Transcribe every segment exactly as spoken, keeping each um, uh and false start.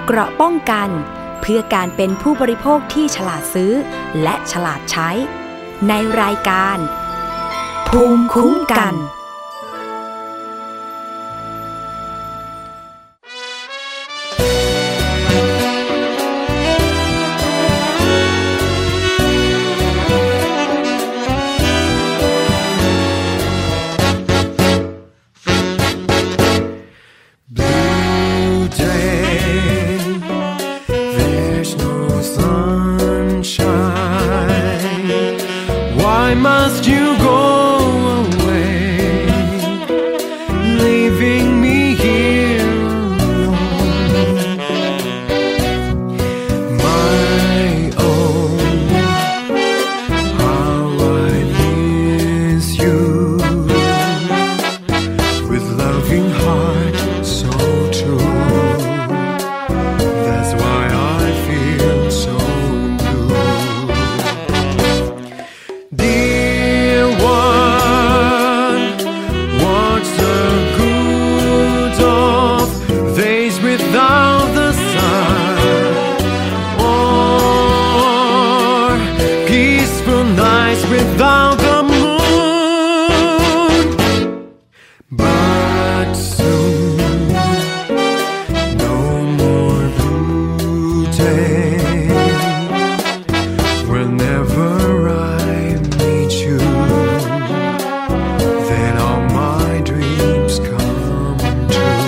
เกราะป้องกันเพื่อการเป็นผู้บริโภคที่ฉลาดซื้อและฉลาดใช้ในรายการภูมิคุ้มกัน Must you go away, leaving me here alone? My own, how I miss you, with loving heart so true. That's why I feel so blue. Without the moon, but soon no more blue day. Whenever I meet you, then all my dreams come true.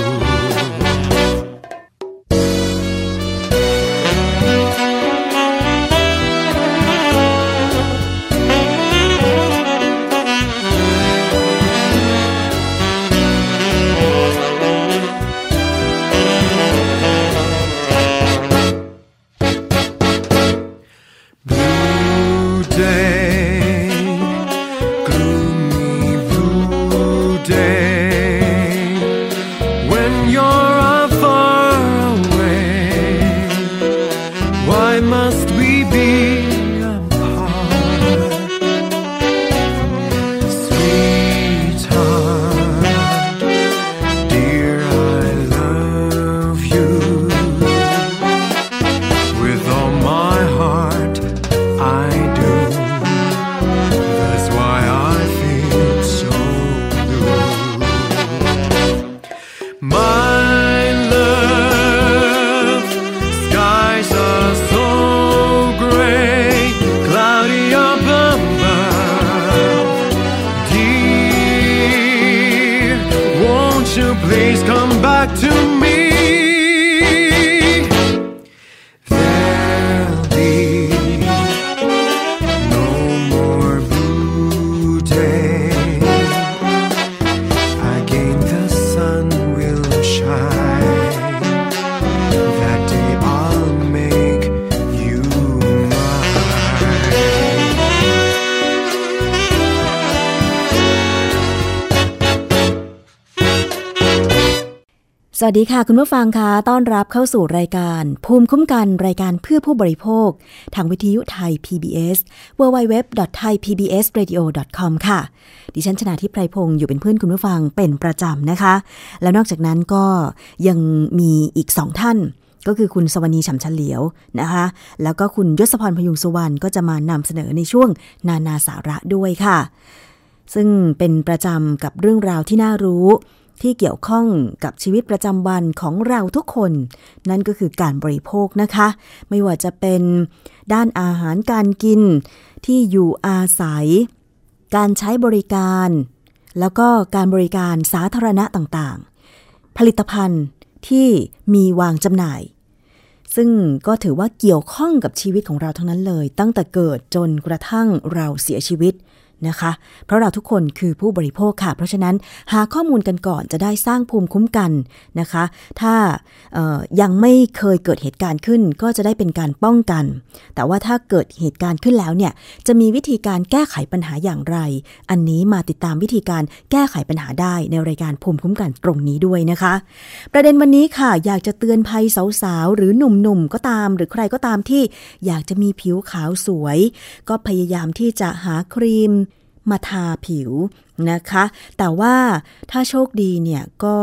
สวัสดีค่ะคุณผู้ฟังคะต้อนรับเข้าสู่รายการภูมิคุ้มกันรายการเพื่อผู้บริโภคทางวิทยุไทย พี บี เอส ดับเบิลยู ดับเบิลยู ดับเบิลยู ดอท ไทย พี บี เอส เรดิโอ ดอท คอม ค่ะดิฉันชนาธิปไพพงศ์อยู่เป็นเพื่อนคุณผู้ฟังเป็นประจำนะคะแล้วนอกจากนั้นก็ยังมีอีกสองท่านก็คือคุณสวนีฉ่ำเฉลียวนะคะแล้วก็คุณยศพรพยุงสุวรรณก็จะมานำเสนอในช่วงนานาสาระด้วยค่ะซึ่งเป็นประจำกับเรื่องราวที่น่ารู้ที่เกี่ยวข้องกับชีวิตประจำวันของเราทุกคนนั่นก็คือการบริโภคนะคะไม่ว่าจะเป็นด้านอาหารการกินที่อยู่อาศัยการใช้บริการแล้วก็การบริการสาธารณะต่างๆผลิตภัณฑ์ที่มีวางจำหน่ายซึ่งก็ถือว่าเกี่ยวข้องกับชีวิตของเราทั้งนั้นเลยตั้งแต่เกิดจนกระทั่งเราเสียชีวิตนะคะเพราะเราทุกคนคือผู้บริโภคค่ะเพราะฉะนั้นหาข้อมูลกันก่อนจะได้สร้างภูมิคุ้มกันนะคะถ้ายังไม่เคยเกิดเหตุการณ์ขึ้นก็จะได้เป็นการป้องกันแต่ว่าถ้าเกิดเหตุการณ์ขึ้นแล้วเนี่ยจะมีวิธีการแก้ไขปัญหาอย่างไรอันนี้มาติดตามวิธีการแก้ไขปัญหาได้ในรายการภูมิคุ้มกันตรงนี้ด้วยนะคะประเด็นวันนี้ค่ะอยากจะเตือนภัยสาวๆหรือหนุ่มๆก็ตามหรือใครก็ตามที่อยากจะมีผิวขาวสวยก็พยายามที่จะหาครีมมาทาผิวนะคะแต่ว่าถ้าโชคดีเนี่ยก็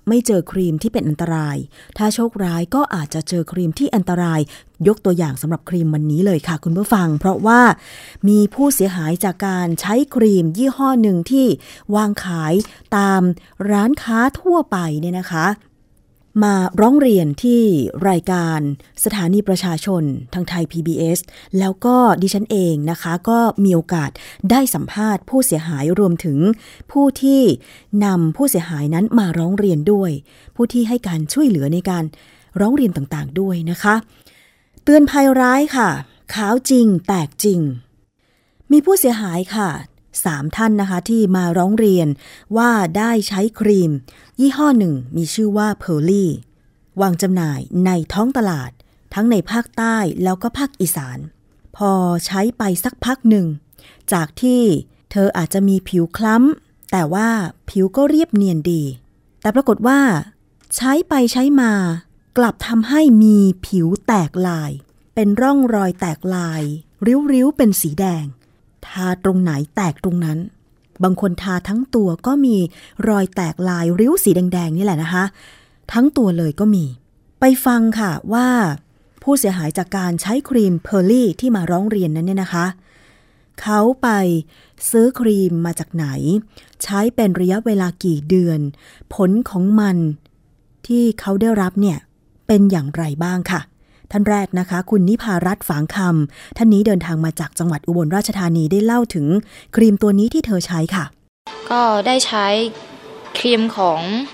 ไม่เจอครีมที่เป็นอันตรายถ้าโชคร้ายก็อาจจะเจอครีมที่อันตรายยกตัวอย่างสำหรับครีมวันนี้เลยค่ะคุณผู้ฟังเพราะว่ามีผู้เสียหายจากการใช้ครีมยี่ห้อหนึ่งที่วางขายตามร้านค้าทั่วไปเนี่ยนะคะมาร้องเรียนที่รายการสถานีประชาชนทางไทย พี บี เอส แล้วก็ดิฉันเองนะคะก็มีโอกาสได้สัมภาษณ์ผู้เสียหายรวมถึงผู้ที่นำผู้เสียหายนั้นมาร้องเรียนด้วยผู้ที่ให้การช่วยเหลือในการร้องเรียนต่างๆด้วยนะคะเตือนภัยร้ายค่ะขาวจริงแตกจริงมีผู้เสียหายค่ะสามท่านนะคะที่มาร้องเรียนว่าได้ใช้ครีมยี่ห้อหนึ่งมีชื่อว่า Pearly วางจำหน่ายในท้องตลาดทั้งในภาคใต้แล้วก็ภาคอีสานพอใช้ไปสักพักหนึ่งจากที่เธออาจจะมีผิวคล้ำแต่ว่าผิวก็เรียบเนียนดีแต่ปรากฏว่าใช้ไปใช้มากลับทำให้มีผิวแตกลายเป็นร่องรอยแตกลายริ้วๆเป็นสีแดงทาตรงไหนแตกตรงนั้นบางคนทาทั้งตัวก็มีรอยแตกลายริ้วสีแดงๆนี่แหละนะคะทั้งตัวเลยก็มีไปฟังค่ะว่าผู้เสียหายจากการใช้ครีม Pearly ที่มาร้องเรียนนั้นเนี่ยนะคะเขาไปซื้อครีมมาจากไหนใช้เป็นระยะเวลากี่เดือนผลของมันที่เขาได้รับเนี่ยเป็นอย่างไรบ้างค่ะท่านแรกนะคะคุณนิพารัตน์ฝางคำท่านนี้เดินทางมาจากจังหวัดอุบลราชธานีได้เล่าถึงครีมตัวนี้ที่เธอใช้ค่ะก็ได้ใช้ครีมของ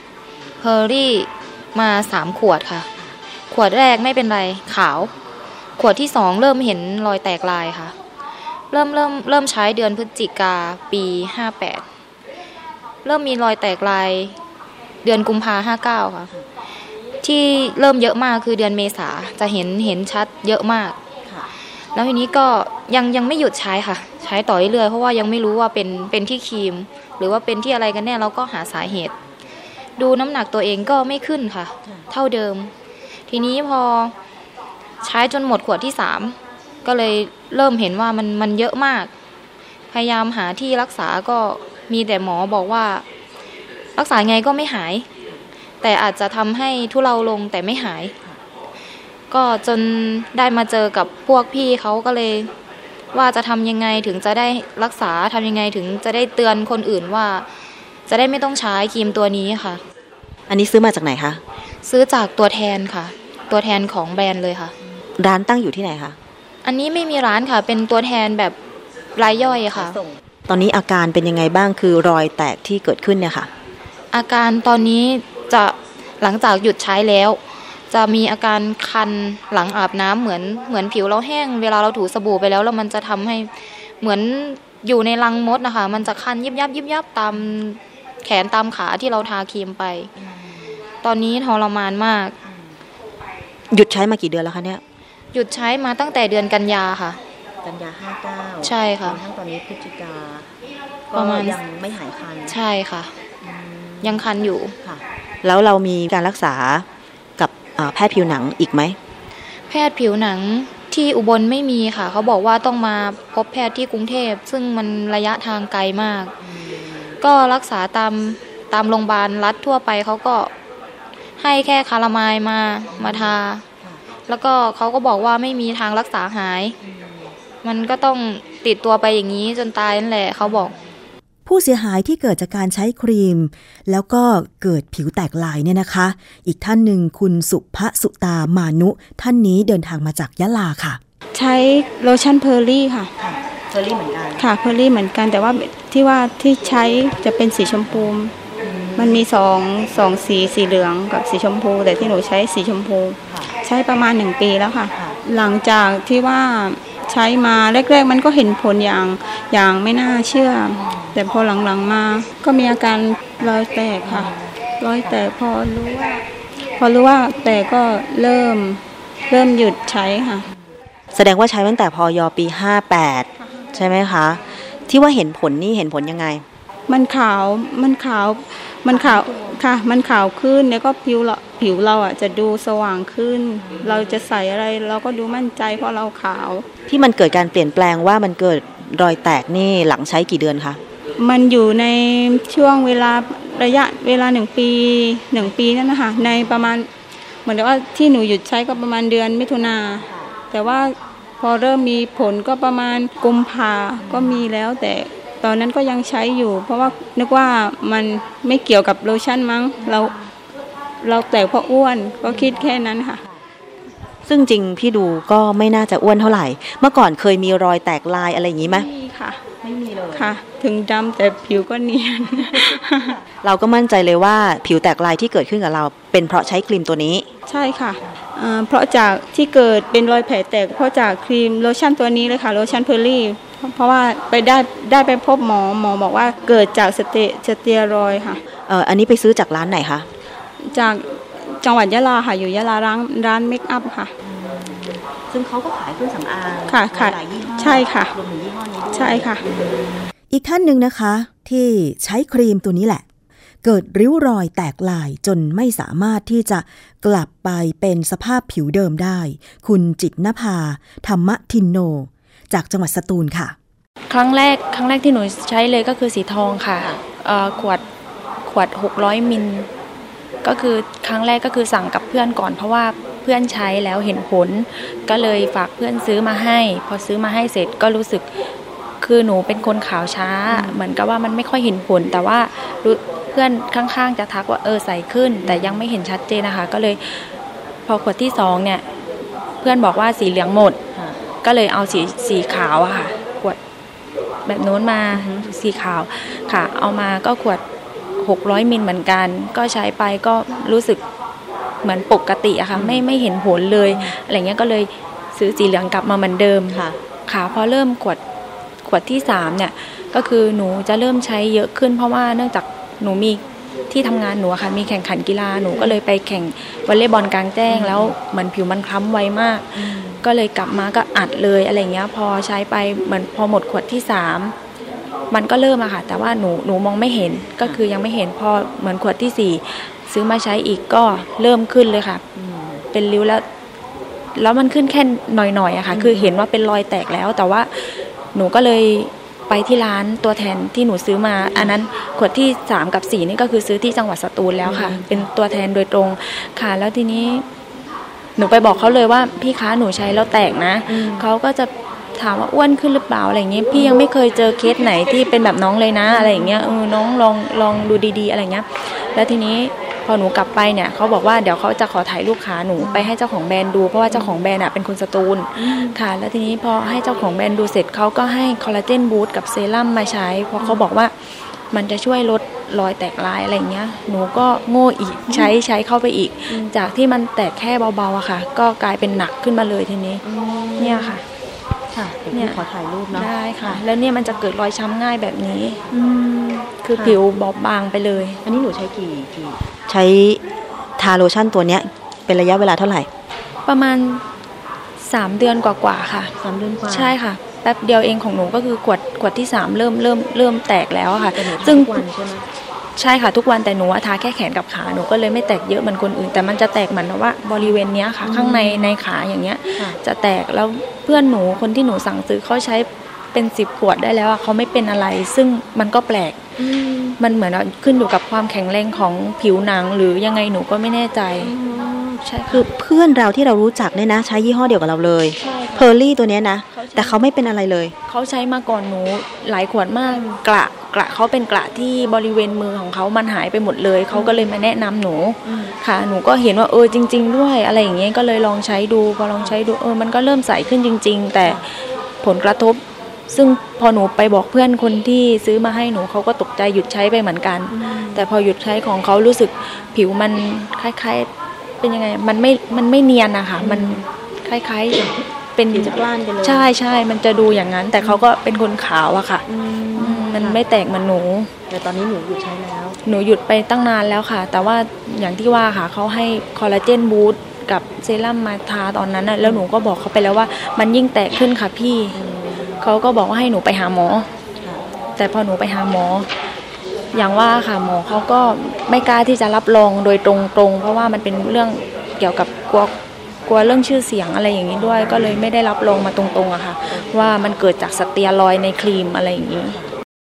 Pearly มาสามขวดค่ะขวดแรกไม่เป็นไรขาวขวดที่สองเริ่มเห็นรอยแตกลายค่ะเริ่มเริ่มเริ่มใช้เดือนพฤศจิกาปีห้าแปดเริ่มมีรอยแตกลายเดือนกุมภาห้าเก้าค่ะที่เริ่มเยอะมากคือเดือนเมษาจะเห็นเห็นชัดเยอะมากแล้วทีนี้ก็ยังยังไม่หยุดใช้ค่ะใช้ต่อเรื่อยๆเพราะว่ายังไม่รู้ว่าเป็นเป็นที่ครีมหรือว่าเป็นที่อะไรกันแน่เราก็หาสาเหตุดูน้ำหนักตัวเองก็ไม่ขึ้นค่ะเท่าเดิมทีนี้พอใช้จนหมดขวดที่สามก็เลยเริ่มเห็นว่ามันมันเยอะมากพยายามหาที่รักษาก็มีแต่หมอบอกว่ารักษาไงก็ไม่หายแต่อาจจะทำให้ทุเลาลงแต่ไม่หายก็จนได้มาเจอกับพวกพี่เขาก็เลยว่าจะทำยังไงถึงจะได้รักษาทำยังไงถึงจะได้เตือนคนอื่นว่าจะได้ไม่ต้องใช้ครีมตัวนี้ค่ะอันนี้ซื้อมาจากไหนคะซื้อจากตัวแทนค่ะตัวแทนของแบรนด์เลยค่ะร้านตั้งอยู่ที่ไหนคะอันนี้ไม่มีร้านค่ะเป็นตัวแทนแบบรายย่อยค่ะตอนนี้อาการเป็นยังไงบ้างคือรอยแตกที่เกิดขึ้นเนี่ยค่ะอาการตอนนี้จะหลังจากหยุดใช้แล้วจะมีอาการคันหลังอาบน้ำเหมือนเหมือนผิวเราแห้งเวลาเราถูสบู่ไปแล้วแล้วมันจะทำให้เหมือนอยู่ในรังมดนะคะมันจะคันยิบยับยิบยับตามแขนตามขาที่เราทาครีมไปตอนนี้ทรมานมากหยุดใช้มากี่เดือนแล้วคะเนี่ยหยุดใช้มาตั้งแต่เดือนกันยาค่ะกันยาห้าเก้าใช่ค่ะทั้งตอนนี้พฤศจิกาประมาณยังไม่หายคันใช่ค่ะยังคันอยู่ค่ะแล้วเรามีการรักษากับแพทย์ผิวหนังอีกไหมแพทย์ผิวหนังที่อุบลไม่มีค่ะเขาบอกว่าต้องมาพบแพทย์ที่กรุงเทพซึ่งมันระยะทางไกลมากก็รักษาตามตามโรงพยาบาลรัฐทั่วไปเขาก็ให้แค่คาราไมล์มามาทาแล้วก็เขาก็บอกว่าไม่มีทางรักษาหายมันก็ต้องติดตัวไปอย่างนี้จนตายนั่นแหละเขาบอกผู้เสียหายที่เกิดจากการใช้ครีมแล้วก็เกิดผิวแตกลายเนี่ยนะคะอีกท่านหนึ่งคุณสุภสุตามานุท่านนี้เดินทางมาจากยะลาค่ะใช้โลชั่นเพอร์ลี่ค่ะเพอร์ลี่เหมือนกันค่ะเพอร์ลี่เหมือนกันแต่ว่าที่ว่าที่ใช้จะเป็นสีชมพูมันมีสองสองสีสีเหลืองกับสีชมพูแต่ที่หนูใช้สีชมพูใช้ประมาณหนึ่งปีแล้วค่ะหลังจากที่ว่าใช้มาแรกๆมันก็เห็นผลอย่างอย่างไม่น่าเชื่อแต่พอหลังๆมาก็มีอาการรอยแตกค่ะรอยแตกพอรู้ว่าพอรู้ว่าแตกก็เริ่มเริ่มหยุดใช้ค่ะแสดงว่าใช้ตั้งแต่พยปีห้าแปดใช่ไหมคะที่ว่าเห็นผลนี่เห็นผลยังไงมันขาวมันขาวมันขาวค่ะมันขาวขึ้นแล้วก็ผิวเราผิวเราอ่ะจะดูสว่างขึ้นเราจะใส่อะไรเราก็ดูมั่นใจเพราะเราขาวที่มันเกิดการเปลี่ยนแปลงว่ามันเกิดรอยแตกนี่หลังใช้กี่เดือนคะมันอยู่ในช่วงเวลาระยะเวลาหนึ่งปีหนึ่งปีนั่นนะคะในประมาณเหมือนว่าที่หนูหยุดใช้ก็ประมาณเดือนมิถุนาแต่ว่าพอเริ่มมีผลก็ประมาณกุมภาก็มีแล้วแต่ตอนนั้นก็ยังใช้อยู่เพราะว่านึกว่ามันไม่เกี่ยวกับโลชั่นมั้งเราเราแตกเพราะอ้วนก็คิดแค่นั้นค่ะซึ่งจริงพี่ดูก็ไม่น่าจะอ้วนเท่าไหร่เมื่อก่อนเคยมีรอยแตกลายอะไรอย่างนี้ไหมไม่ค่ะไม่มีเลยค่ะถึงดำแต่ผิวก็เนียนเราก็มั่นใจเลยว่าผิวแตกลายที่เกิดขึ้นกับเราเป็นเพราะใช้ครีมตัวนี้ใช่ค่ะเพราะจากที่เกิดเป็นรอยแผลแตกเพราะจากครีมโลชั่นตัวนี้เลยค่ะโลชั่นเพอร์ลี่เพราะว่าไปได้ได้ไปพบหมอหมอบอกว่าเกิดจากสเตสเตียรอยด์ค่ะเอ่ออันนี้ไปซื้อจากร้านไหนคะจากจังหวัดยะลาค่ะอยู่ยะลาร้านร้านเมคอัพค่ะซึ่งเขาก็ขายเครื่องสำอางค่ะค่ะหลายยี่ห้อใช่ค่ะรวมถึงยี่ห้อนี้ด้วยใช่ค่ะอีกท่านหนึ่งนะคะที่ใช้ครีมตัวนี้แหละเกิดริ้วรอยแตกลายจนไม่สามารถที่จะกลับไปเป็นสภาพผิวเดิมได้คุณจิตรนภาธรรมทินโนจากจังหวัดสตูลค่ะครั้งแรกครั้งแรกที่หนูใช้เลยก็คือสีทองค่ะเอ่อขวดขวดหกร้อยมิลก็คือครั้งแรกก็คือสั่งกับเพื่อนก่อนเพราะว่าเพื่อนใช้แล้วเห็นผลก็เลยฝากเพื่อนซื้อมาให้พอซื้อมาให้เสร็จก็รู้สึกคือหนูเป็นคนขาวช้าเหมือนกับว่ามันไม่ค่อยเห็นผลแต่ว่าเพื่อนข้างๆจะทักว่าเออใสขึ้นแต่ยังไม่เห็นชัดเจนนะคะก็เลยพอขวดที่สองเนี่ยเพื่อนบอกว่าสีเหลืองหมดก็เลยเอาสีสีขาวอะค่ะขวดแบบโน้นมาสีขาวค่ะเอามาก็ขวดหกร้อยมิลเหมือนกันก็ใช้ไปก็รู้สึกเหมือนปกติอะค่ะไม่ไม่เห็นผลเลยอะไรเงี้ยก็เลยซื้อสีเหลืองกลับมาเหมือนเดิมค่ะค่ะพอเริ่มขวดขวดที่สามเนี่ยก็คือหนูจะเริ่มใช้เยอะขึ้นเพราะว่าเนื่องจากหนูมีที่ทำงานหนูค่ะมีแข่งขันกีฬาหนูก็เลยไปแข่งวอลเลย์บอลกลางแจ้งแล้วเหมือนผิวมันคล้ำไวมากก็เลยกลับมาก็อัดเลยอะไรเงี้ยพอใช้ไปเหมือนพอหมดขวดที่สามมันก็เริ่มอะค่ะแต่ว่าหนูหนูมองไม่เห็นก็คือยังไม่เห็นพอเหมือนขวดที่สี่ซื้อมาใช้อีกก็เริ่มขึ้นเลยค่ะเป็นริ้วแล้วแล้วมันขึ้นแค่หน่อยๆอะค่ะคือเห็นว่าเป็นรอยแตกแล้วแต่ว่าหนูก็เลยไปที่ร้านตัวแทนที่หนูซื้อมาอันนั้นขวดที่สามกับสี่นี่ก็คือซื้อที่จังหวัดสตูลแล้วค่ะเป็นตัวแทนโดยตรงค่ะแล้วทีนี้หนูไปบอกเขาเลยว่าพี่คะหนูใช้แล้วแตกนะเขาก็จะถามว่าอ้วนขึ้นหรือเปล่าอะไรอย่างเงี้ยพี่ยังไม่เคยเจอเคสไหนที่เป็นแบบน้องเลยนะอะไรอย่างเงี้ยเออน้องลองลองดูดีๆอะไรเงี้ยแล้วทีนี้พอหนูกลับไปเนี่ยเขาบอกว่าเดี๋ยวเขาจะขอถ่ายรูปขาหนูไปให้เจ้าของแบรนด์ดูเพราะว่าเจ้าของแบรนด์อ่ะเป็นคนสตูลค่ะแล้วทีนี้พอให้เจ้าของแบรนด์ดูเสร็จเขาก็ให้คอลลาเจนบูสต์กับเซรั่มมาใช้เพราะเขาบอกว่ามันจะช่วยลดรอยแตกลายอะไรเงี้ยหนูก็โง่อีกใช้ใช้เข้าไปอีกจากที่มันแตกแค่เบาๆอะค่ะก็กลายเป็นหนักขึ้นมาเลยทีนี้เนี่ยค่ะค่ะเนี่ยขอถ่ายรูปเนาะได้ค่ะแล้วเนี่ยมันจะเกิดรอยช้ำง่ายแบบนี้คือผิวบอบบางไปเลยอันนี้หนูใช้กี่กี่ใช้ทาโลชั่นตัวเนี้ยเป็นระยะเวลาเท่าไหร่ประมาณสามเดือนกว่าๆค่ะสามเดือนกว่าใช่ค่ะแป๊บเดียวเองของหนูก็คือขวดขวดที่สามเริ่มเริ่มเริ่มแตกแล้วค่ะซึ่งทุกวันใช่ไหมใช่ค่ะทุกวันแต่หนูทาแค่แขนกับขาหนูก็เลยไม่แตกเยอะเหมือนคนอื่นแต่มันจะแตกเหมือนว่าบริเวณเนี้ยค่ะข้างในในขาอย่างเงี้ยจะแตกแล้วเพื่อนหนูคนที่หนูสั่งซื้อเขาใช้เป็นสิบขวดได้แล้วอ่ะเขาไม่เป็นอะไรซึ่งมันก็แปลกมันเหมือนขึ้นอยู่กับความแข็งแรงของผิวหนังหรือยังไงหนูก็ไม่แน่ใจใช่คือเพื่อนเราที่เรารู้จักเนี่ยนะใช้ยี่ห้อเดียวกับเราเลยเพอร์ลี่ตัวเนี้ยนะแต่เขาไม่เป็นอะไรเลยเขาใช้มาก่อนหนูหลายขวดมากกระกระเขาเป็นกระที่บริเวณมือของเขามันหายไปหมดเลยเขาก็เลยมาแนะนำหนูค่ะหนูก็เห็นว่าเออจริงๆด้วยอะไรอย่างเงี้ยก็เลยลองใช้ดูพอลองใช้ดูเออมันก็เริ่มใสขึ้นจริงๆแต่ผลกระทบซึ่งพอหนูไปบอกเพื่อนคนที่ซื้อมาให้หนูเขาก็ตกใจหยุดใช้ไปเหมือนกันแต่พอหยุดใช้ของเขารู้สึกผิวมันคล้ายๆเป็นยังไงมันไม่มันไม่เนียนนะคะมันคล้ายๆเป็นจะกล้านไปเลยใช่ใช่มันจะดูอย่างนั้นแต่เขาก็เป็นคนขาวอะค่ะมันไม่แตกเหมือนหนูแต่ตอนนี้หนูหยุดใช้แล้วหนูหยุดไปตั้งนานแล้วค่ะแต่ว่าอย่างที่ว่าค่ะเขาให้คอลลาเจนบูสต์กับเซรั่มมาทาตอนนั้นแล้วหนูก็บอกเขาไปแล้วว่ามันยิ่งแตกขึ้นค่ะพี่เขาก็บอกว่าให้หนูไปหาหมอแต่พอหนูไปหาหมออย่างว่าค่ะหมอเขาก็ไม่กล้าที่จะรับรองโดยตรงๆเพราะว่ามันเป็นเรื่องเกี่ยวกับกลัวกลัวเรื่องชื่อเสียงอะไรอย่างนี้ด้วยก็เลยไม่ได้รับรองมาตรงๆอะค่ะว่ามันเกิดจากสเตียรอยด์ในครีมอะไรอย่างนี้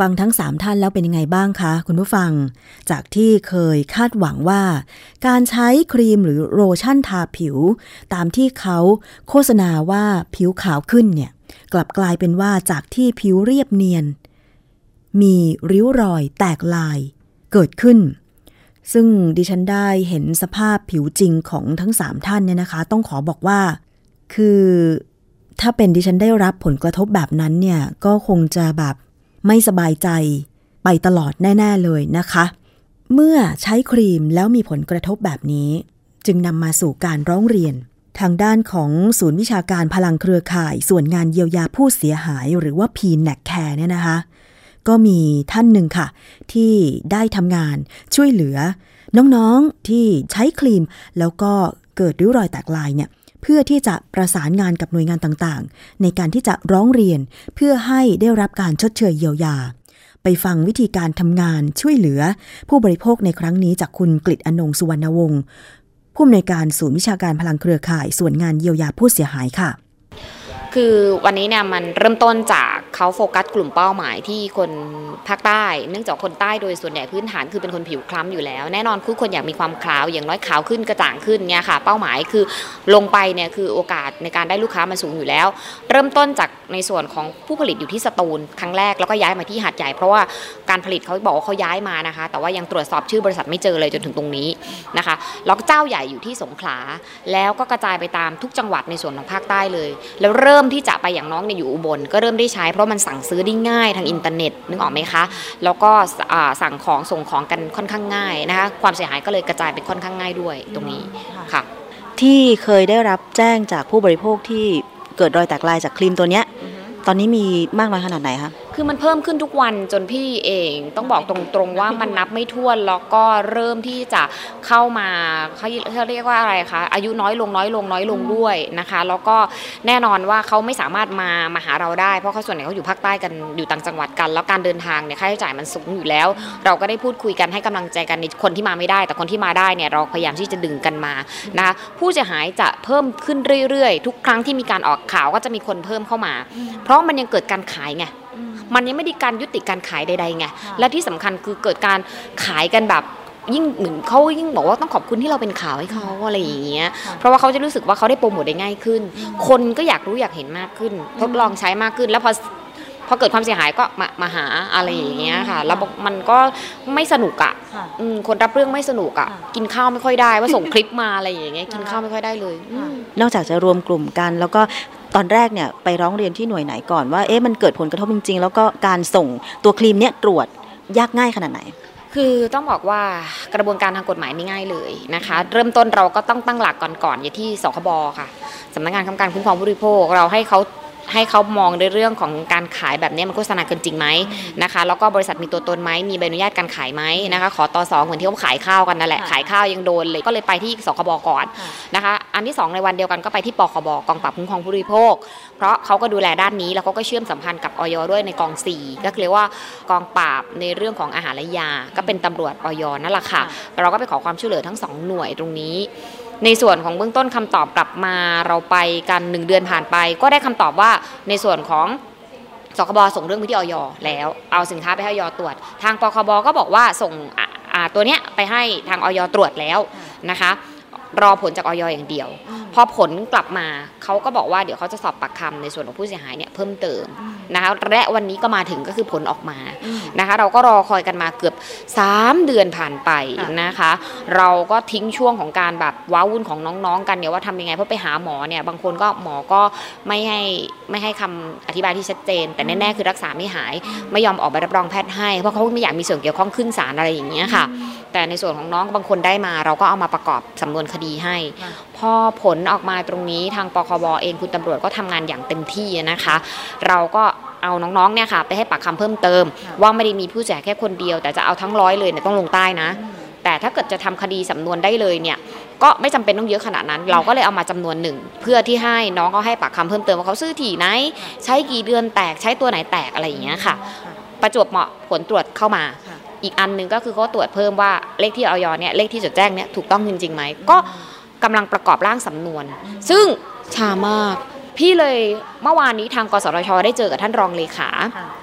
ฟังทั้งสามท่านแล้วเป็นยังไงบ้างคะคุณผู้ฟังจากที่เคยคาดหวังว่าการใช้ครีมหรือโลชั่นทาผิวตามที่เขาโฆษณาว่าผิวขาวขึ้นเนี่ยกลับกลายเป็นว่าจากที่ผิวเรียบเนียนมีริ้วรอยแตกลายเกิดขึ้นซึ่งดิฉันได้เห็นสภาพผิวจริงของทั้งสามท่านเนี่ยนะคะต้องขอบอกว่าคือถ้าเป็นดิฉันได้รับผลกระทบแบบนั้นเนี่ยก็คงจะแบบไม่สบายใจไปตลอดแน่ๆเลยนะคะเมื่อใช้ครีมแล้วมีผลกระทบแบบนี้จึงนำมาสู่การร้องเรียนทางด้านของศูนย์วิชาการพลังเครือข่ายส่วนงานเยียวยาผู้เสียหายหรือว่า พี เอ็น เอ ซี แคร์ เนี่ยนะคะก็มีท่านหนึ่งค่ะที่ได้ทำงานช่วยเหลือน้องๆที่ใช้ครีมแล้วก็เกิดริ้วรอยแตกลายเนี่ยเพื่อที่จะประสานงานกับหน่วยงานต่างๆในการที่จะร้องเรียนเพื่อให้ได้รับการชดเชยเยียวยาไปฟังวิธีการทำงานช่วยเหลือผู้บริโภคในครั้งนี้จากคุณกฤษอนงค์สุวรรณวงศ์ผู้อำนวยการศูนย์วิชาการพลังเครือข่ายส่วนงานเยียวยาผู้เสียหายค่ะคือวันนี้เนี่ยมันเริ่มต้นจากเขาโฟกัสกลุ่มเป้าหมายที่คนภาคใต้เนื่องจากคนใต้โดยส่วนใหญ่พื้นฐานคือเป็นคนผิวคล้ำอยู่แล้วแน่นอนทุกคนอยากมีความขาวอย่างน้อยขาวขึ้นกระจ่างขึ้นเนี่ยค่ะเป้าหมายคือลงไปเนี่ยคือโอกาสในการได้ลูกค้ามันสูงอยู่แล้วเริ่มต้นจากในส่วนของผู้ผลิตอยู่ที่สตูลครั้งแรกแล้วก็ย้ายมาที่หาดใหญ่เพราะว่าการผลิตเขาบอกว่าเขาย้ายมานะคะแต่ว่ายังตรวจสอบชื่อบริษัทไม่เจอเลยจนถึงตรงนี้นะคะแล้วก็เจ้าใหญ่อยู่ที่สงขลาแล้วก็กระจายไปตามทุกจังหวัดในส่วนของภาคใต้เลยแล้วเริ่มที่จะไปอย่างน้องเนี่ยอยู่อุบลก็เริ่มได้ใช้เพราะมันสั่งซื้อได้ง่ายทางอินเทอร์เน็ตนึกออกไหมคะแล้วก็สั่งของส่งของกันค่อนข้างง่ายนะคะความเสียหายก็เลยกระจายไปค่อนข้างง่ายด้วยตรงนี้ค่ะที่เคยได้รับแจ้งจากผู้บริโภคที่เกิดรอยแตกลายจากครีมตัวเนี้ยตอนนี้มีมากน้อยขนาดไหนคะคือมันเพิ่มขึ้นทุกวันจนพี่เองต้องบอกตรงๆว่ามันนับไม่ถ้วนแล้วก็เริ่มที่จะเข้ามาเขาเขาเรียกว่าอะไรคะอายุน้อยลงน้อยลงน้อยลงด้วยนะคะแล้วก็แน่นอนว่าเขาไม่สามารถมามาหาเราได้เพราะเขาส่วนใหญ่เขาอยู่ภาคใต้กันอยู่ต่างจังหวัดกันแล้วการเดินทางเนี่ยค่าใช้จ่ายมันสูงอยู่แล้วเราก็ได้พูดคุยกันให้กำลังใจกันในคนที่มาไม่ได้แต่คนที่มาได้เนี่ยเราพยายามที่จะดึงกันมานะคะผู้เสียหายจะเพิ่มขึ้นเรื่อยๆทุกครั้งที่มีการออกข่าวก็จะมีคนเพิ่มเข้ามาเพราะมันยังเกิดการขายไงมันยังไม่ได้การยุติการขายใดๆไงและที่สำคัญคือเกิดการขายกันแบบยิ่งเหมือนเขายิ่งบอกว่าต้องขอบคุณที่เราเป็นข่าวให้เขาอะไรอย่างเงี้ยเพราะว่าเขาจะรู้สึกว่าเขาได้โปรโมทได้ง่ายขึ้นคนก็อยากรู้อยากเห็นมากขึ้นทดลองใช้มากขึ้นแล้วพอพอเกิดความเสียหายก็มามาหาอะไรอย่างเงี้ยค่ะแล้วมันก็ไม่สนุกอ่ะคนรับเรื่องไม่สนุกอ่ะกินข้าวไม่ค่อยได้ว่าส่งคลิปมาอะไรอย่างเงี้ยกินข้าวไม่ค่อยได้เลยนอกจากจะรวมกลุ่มกันแล้วก็ตอนแรกเนี่ยไปร้องเรียนที่หน่วยไหนก่อนว่าเอ๊ะมันเกิดผลกระทบจริงๆแล้วก็การส่งตัวครีมเนี่ยตรวจยากง่ายขนาดไหนคือต้องบอกว่ากระบวนการทางกฎหมายไม่ง่ายเลยนะคะเริ่มต้นเราก็ต้องตั้งหลักก่อนๆอย่างที่สคบค่ะสำนักงานคณะกรรมการคุ้มครองผู้บริโภคเราให้เขาให้เขามองในเรื่องของการขายแบบนี้มันโฆษณาเกินจริงไหมนะคะแล้วก็บริษัทมีตัวตนไหมมีใบอนุญาตการขายไหมนะคะขอตสเหมือนที่เขาขายข้าวกันนั่นแหละขายข้าวยังโดนเลยก็เลยไปที่สคบก่อนนะคะอันที่สองในวันเดียวกันก็ไปที่ปคบกองปราบคุ้มครองผู้บริโภคเพราะเขาก็ดูแลด้านนี้แล้วเขาก็เชื่อมสัมพันธ์กับอย.ด้วยในกองสี่ก็เรียกว่ากองปราบในเรื่องของอาหารและยาก็เป็นตำรวจอย.นั่นแหละค่ะเราก็ไปขอความช่วยเหลือทั้งสองหน่วยตรงนี้ในส่วนของเบื้องต้นคำตอบกลับมาเราไปกันหนึ่งเดือนผ่านไปก็ได้คำตอบว่าในส่วนของสคบส่งเรื่องไปที่อย.แล้วเอาสินค้าไปให้อย.ตรวจทางปคบก็บอกว่าส่งตัวเนี้ยไปให้ทางอย.ตรวจแล้วนะคะรอผลจากอย.อย่างเดียวพอผลกลับมาเขาก็บอกว่าเดี๋ยวเขาจะสอบปากคำในส่วนของผู้เสียหายเนี่ยเพิ่มเติมนะคะและวันนี้ก็มาถึงก็คือผลออกมานะคะเราก็รอคอยกันมาเกือบสามเดือนผ่านไปนะคะเราก็ทิ้งช่วงของการแบบว้าวุ่นของน้องๆกันเนี่ยว่าทำยังไงเพราะไปหาหมอเนี่ยบางคนก็หมอก็ไม่ให้ไม่ให้คำอธิบายที่ชัดเจนแต่แน่ๆคือรักษาไม่หายไม่ยอมออกใบรับรองแพทย์ให้เพราะเขาไม่อยากมีส่วนเกี่ยวข้องขึ้นศาลอะไรอย่างเงี้ยค่ะแต่ในส่วนของน้องบางคนได้มาเราก็เอามาประกอบสำนวนคดีให้พอผลออกมาตรงนี้ทางปคบเองคุณตำรวจก็ทำงานอย่างเต็มที่นะคะเราก็เอาน้องๆเนี่ยค่ะไปให้ปากคำเพิ่มเติมว่าไม่ได้มีผู้เสียหายแค่คนเดียวแต่จะเอาทั้งร้อยเลยเนี่ยต้องลงใต้นะแต่ถ้าเกิดจะทำคดีสำนวนได้เลยเนี่ยก็ไม่จำเป็นต้องเยอะขนาดนั้นเราก็เลยเอามาจำนวนหนึ่งเพื่อที่ให้น้องเขาให้ปากคำเพิ่มเติมว่าเขาซื้อที่ไหนใช้กี่เดือนแตกใช้ตัวไหนแตกอะไรอย่างเงี้ยค่ะประจวบเหมาะผลตรวจเข้ามาอีกอันนึงก็คือเขาตรวจเพิ่มว่าเลขที่อย.เนี่ยเลขที่จดแจ้งเนี่ยถูกต้องจริงๆไหมก็กำลังประกอบร่างสำนวนซึ่งช้ามากพี่เลยเมื่อวานนี้ทางกสทช.ได้เจอกับท่านรองเลขา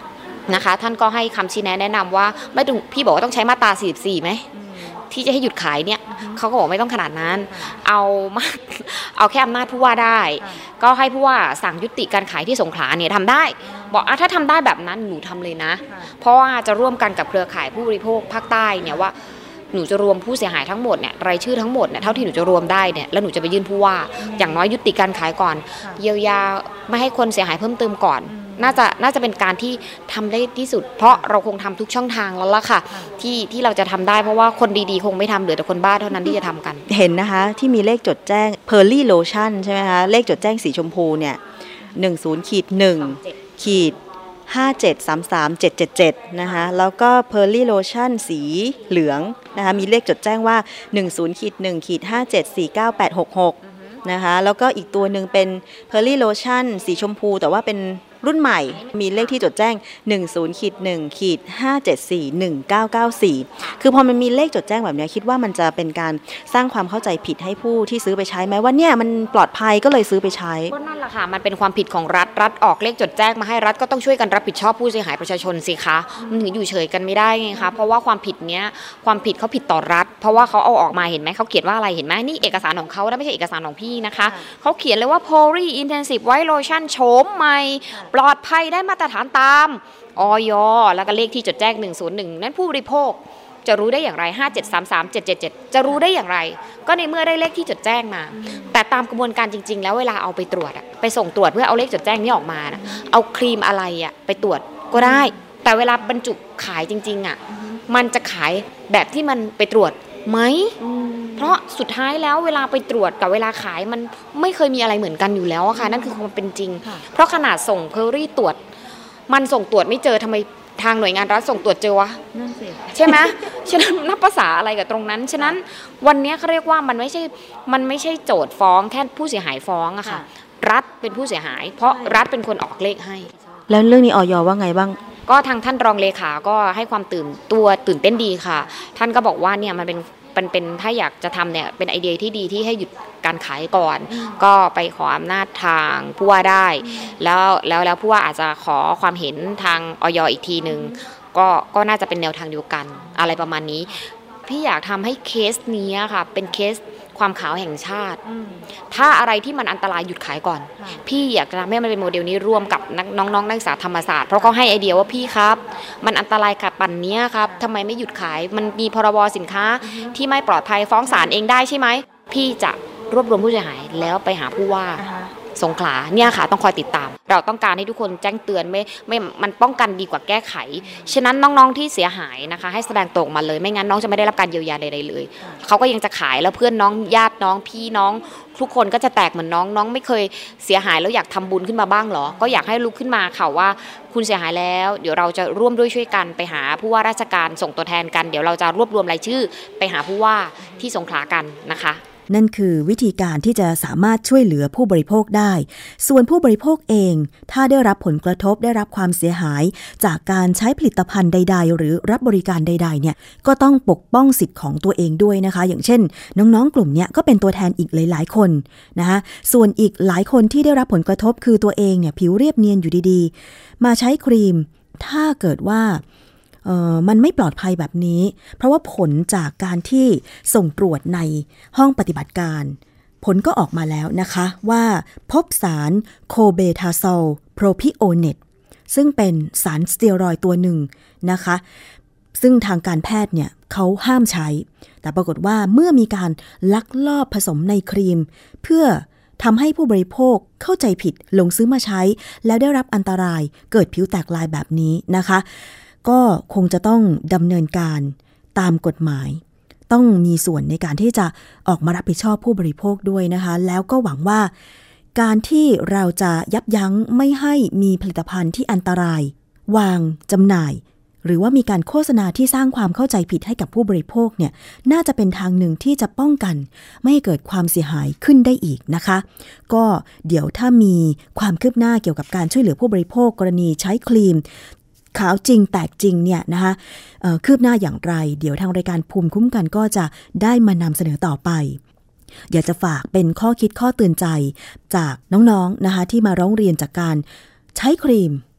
นะคะท่านก็ให้คำชี้แนะแนะนำว่าไม่ต้องพี่บอกว่าต้องใช้มาตราสี่สิบสี่ไหมที่จะให้หยุดขายเนี่ยเขาก็บอกไม่ต้องขนาดนั้นเอามาเอาแค่อำนาจผู้ว่าได้ก็ให้ผู้ว่าสั่งยุติการขายที่สงขลาเนี่ยทำได้บอกอ่ะถ้าทำได้แบบนั้นหนูทำเลยนะเพราะว่าจะร่วมกันกับเครือข่ายผู้บริโภคภาคใต้เนี่ยว่าหนูจะรวมผู้เสียหายทั้งหมดเนี่ยรายชื่อทั้งหมดเนี่ยเท่าที่หนูจะรวมได้เนี่ยแล้วหนูจะไปยื่นผู้ว่าอย่างน้อยยุติการขายก่อนเยียวยาไม่ให้คนเสียหายเพิ่มเติมก่อนน่าจะน่าจะเป็นการที่ทำได้ที่สุดเพราะเราคงทำทุกช่องทางแล้วล่ะค่ะที่ที่เราจะทำได้เพราะว่าคนดีๆคงไม่ทำเหลือแต่คนบ้าเท่านั้นที่จะทำกันเห็นนะคะที่มีเลขจดแจ้ง Pearly Lotion ใช่ไหมคะเลขจดแจ้งสีชมพูเนี่ยหนึ่งศูนย์ขีดหนึ่งขีดห้าเจ็ดสามสามเจ็ดเจ็ดเจ็ดนะคะแล้วก็ Pearly Lotion สีเหลืองนะคะมีเลขจดแจ้งว่าหนึ่งศูนย์ขีดหนึ่งขีดห้าเจ็ดสี่เก้าแปดหกหกนะคะแล้วก็อีกตัวหนึ่งเป็น Pearly Lotion สีชมพูแต่ว่าเป็นรุ่นใหม่มีเลขที่จดแจ้งหนึ่งศูนย์ขีดหนึ่งขีดห้าเจ็ดสี่หนึ่งเก้าเก้าสี่คือพอมันมีเลขจดแจ้งแบบนี้คิดว่ามันจะเป็นการสร้างความเข้าใจผิดให้ผู้ที่ซื้อไปใช้ไหมว่าเนี่ยมันปลอดภัยก็เลยซื้อไปใช้ก็นั่นแหละค่ะมันเป็นความผิดของรัฐรัฐออกเลขจดแจ้งมาให้รัฐก็ต้องช่วยกันรับผิดชอบผู้เสียหายประชาชนสิคะมันถึงอยู่เฉยกันไม่ได้ไงคะเพราะว่าความผิดเนี้ยความผิดเขาผิดต่อรัฐเพราะว่าเขาเอาออกมาเห็นไหมเขาเขียนว่าอะไรเห็นไหมนี่เอกสารของเขาไม่ใช่เอกสารของพี่นะคะเขาเขียนเลยว่า Pori Intensive White Lotion โฉมใหม่ปลอดภัยได้มาตรฐานตามอย.แล้วก็เลขที่จดแจ้งหนึ่งศูนย์หนึ่งนั้นผู้บริโภคจะรู้ได้อย่างไรห้าเจ็ดสามสามเจ็ดเจ็ดเจ็ดจะรู้ได้อย่างไรก็ในเมื่อได้เลขที่จดแจ้งมาแต่ตามกระบวนการจริงๆแล้วเวลาเอาไปตรวจไปส่งตรวจเพื่อเอาเลขจดแจ้งนี้ออกมานะเอาครีมอะไรอ่ะไปตรวจก็ได้แต่เวลาบรรจุขายจริงๆอ่ะมันจะขายแบบที่มันไปตรวจไหมเพราะสุดท้ายแล้วเวลาไปตรวจกับเวลาขายมันไม่เคยมีอะไรเหมือนกันอยู่แล้วอะค่ะนั่นคือความเป็นจริงเพราะขนาดส่งเพอรี่ตรวจมันส่งตรวจไม่เจอทำไมทางหน่วยงานรัฐส่งตรวจเจอวะใช่ไหมฉะนั้นนับภาษาอะไรกับตรงนั้นฉะนั้นวันนี้เขาเรียกว่ามันไม่ใช่มันไม่ใช่โจทย์ฟ้องแค่ผู้เสียหายฟ้องอะค่ะรัฐเป็นผู้เสียหายเพราะรัฐเป็นคนออกเลขให้แล้วเรื่องนี้อย.ว่าไงบ้างก็ทางท่านรองเลขาก็ให้ความตื่นตัวตื่นเต้นดีค่ะท่านก็บอกว่าเนี่ยมันเป็นมันเป็นถ้าอยากจะทำเนี่ยเป็นไอเดียที่ดีที่ให้หยุดการขายก่อนก็ไปขออำนาจทางผู้ว่าได้แล้วแล้วแล้วผู้ว่าอาจจะขอความเห็นทางอย.อีกทีนึงก็ก็น่าจะเป็นแนวทางเดียวกันอะไรประมาณนี้พี่อยากทำให้เคสนี้ค่ะเป็นเคสความขาวแห่งชาติถ้าอะไรที่มันอันตรายหยุดขายก่อนพี่อยากจะทำให้มันเป็นโมเดลนี้ร่วมกับน้องๆนักศึกษาธรรมศาสตร์เพราะเขาให้ไอเดียว่าพี่ครับมันอันตรายกับปันนี้ครับทำไมไม่หยุดขายมันมีพรบสินค้าที่ไม่ปลอดภัยฟ้องศาลเองได้ใช่ไหมพี่จะรวบรวมผู้เสียหายแล้วไปหาผู้ว่าสงขลาเนี่ยค่ะต้องคอยติดตามเราต้องการให้ทุกคนแจ้งเตือนไม่ไม่มันป้องกันดีกว่าแก้ไขฉะนั้นน้องๆที่เสียหายนะคะให้แสดงตรงมาเลยไม่งั้นน้องจะไม่ได้รับการเยียวยาใดๆเลยเขาก็ยังจะขายแล้วเพื่อนน้องญาติน้องพี่น้องทุกคนก็จะแตกเหมือนน้องน้องไม่เคยเสียหายแล้วอยากทำบุญขึ้นมาบ้างหรอก็อยากให้ลุกขึ้นมาค่ะว่าคุณเสียหายแล้วเดี๋ยวเราจะร่วมด้วยช่วยกันไปหาผู้ว่าราชการส่งตัวแทนกันเดี๋ยวเราจะรวบรวมรายชื่อไปหาผู้ว่าที่สงขลากันนะคะนั่นคือวิธีการที่จะสามารถช่วยเหลือผู้บริโภคได้ส่วนผู้บริโภคเองถ้าได้รับผลกระทบได้รับความเสียหายจากการใช้ผลิตภัณฑ์ใดๆหรือรับบริการใดๆเนี่ยก็ต้องปกป้องสิทธิ์ของตัวเองด้วยนะคะอย่างเช่นน้องๆกลุ่มเนี้ยก็เป็นตัวแทนอีกหลายๆคนนะคะส่วนอีกหลายคนที่ได้รับผลกระทบคือตัวเองเนี่ยผิวเรียบเนียนอยู่ดีๆมาใช้ครีมถ้าเกิดว่าเอ่อมันไม่ปลอดภัยแบบนี้เพราะว่าผลจากการที่ส่งตรวจในห้องปฏิบัติการผลก็ออกมาแล้วนะคะว่าพบสารโคเบทาซอลโพรพิโอเนตซึ่งเป็นสารสเตียรอยด์ตัวหนึ่งนะคะซึ่งทางการแพทย์เนี่ยเขาห้ามใช้แต่ปรากฏว่าเมื่อมีการลักลอบผสมในครีมเพื่อทำให้ผู้บริโภคเข้าใจผิดหลงซื้อมาใช้แล้วได้รับอันตรายเกิดผิวแตกลายแบบนี้นะคะก็คงจะต้องดำเนินการตามกฎหมายต้องมีส่วนในการที่จะออกมารับผิดชอบผู้บริโภคด้วยนะคะแล้วก็หวังว่าการที่เราจะยับยั้งไม่ให้มีผลิตภัณฑ์ที่อันตรายวางจำหน่ายหรือว่ามีการโฆษณาที่สร้างความเข้าใจผิดให้กับผู้บริโภคเนี่ยน่าจะเป็นทางหนึ่งที่จะป้องกันไม่ให้เกิดความเสียหายขึ้นได้อีกนะคะก็เดี๋ยวถ้ามีความคืบหน้าเกี่ยวกับการช่วยเหลือผู้บริโภคกรณีใช้ครีมขาวจริงแตกจริงเนี่ยนะคะคืบหน้าอย่างไรเดี๋ยวทางรายการภูมิคุ้มกันก็จะได้มานำเสนอต่อไปอยากจะฝากเป็นข้อคิดข้อเตือนใจจากน้องๆนะคะที่มาร้องเรียนจากการใช้ครีม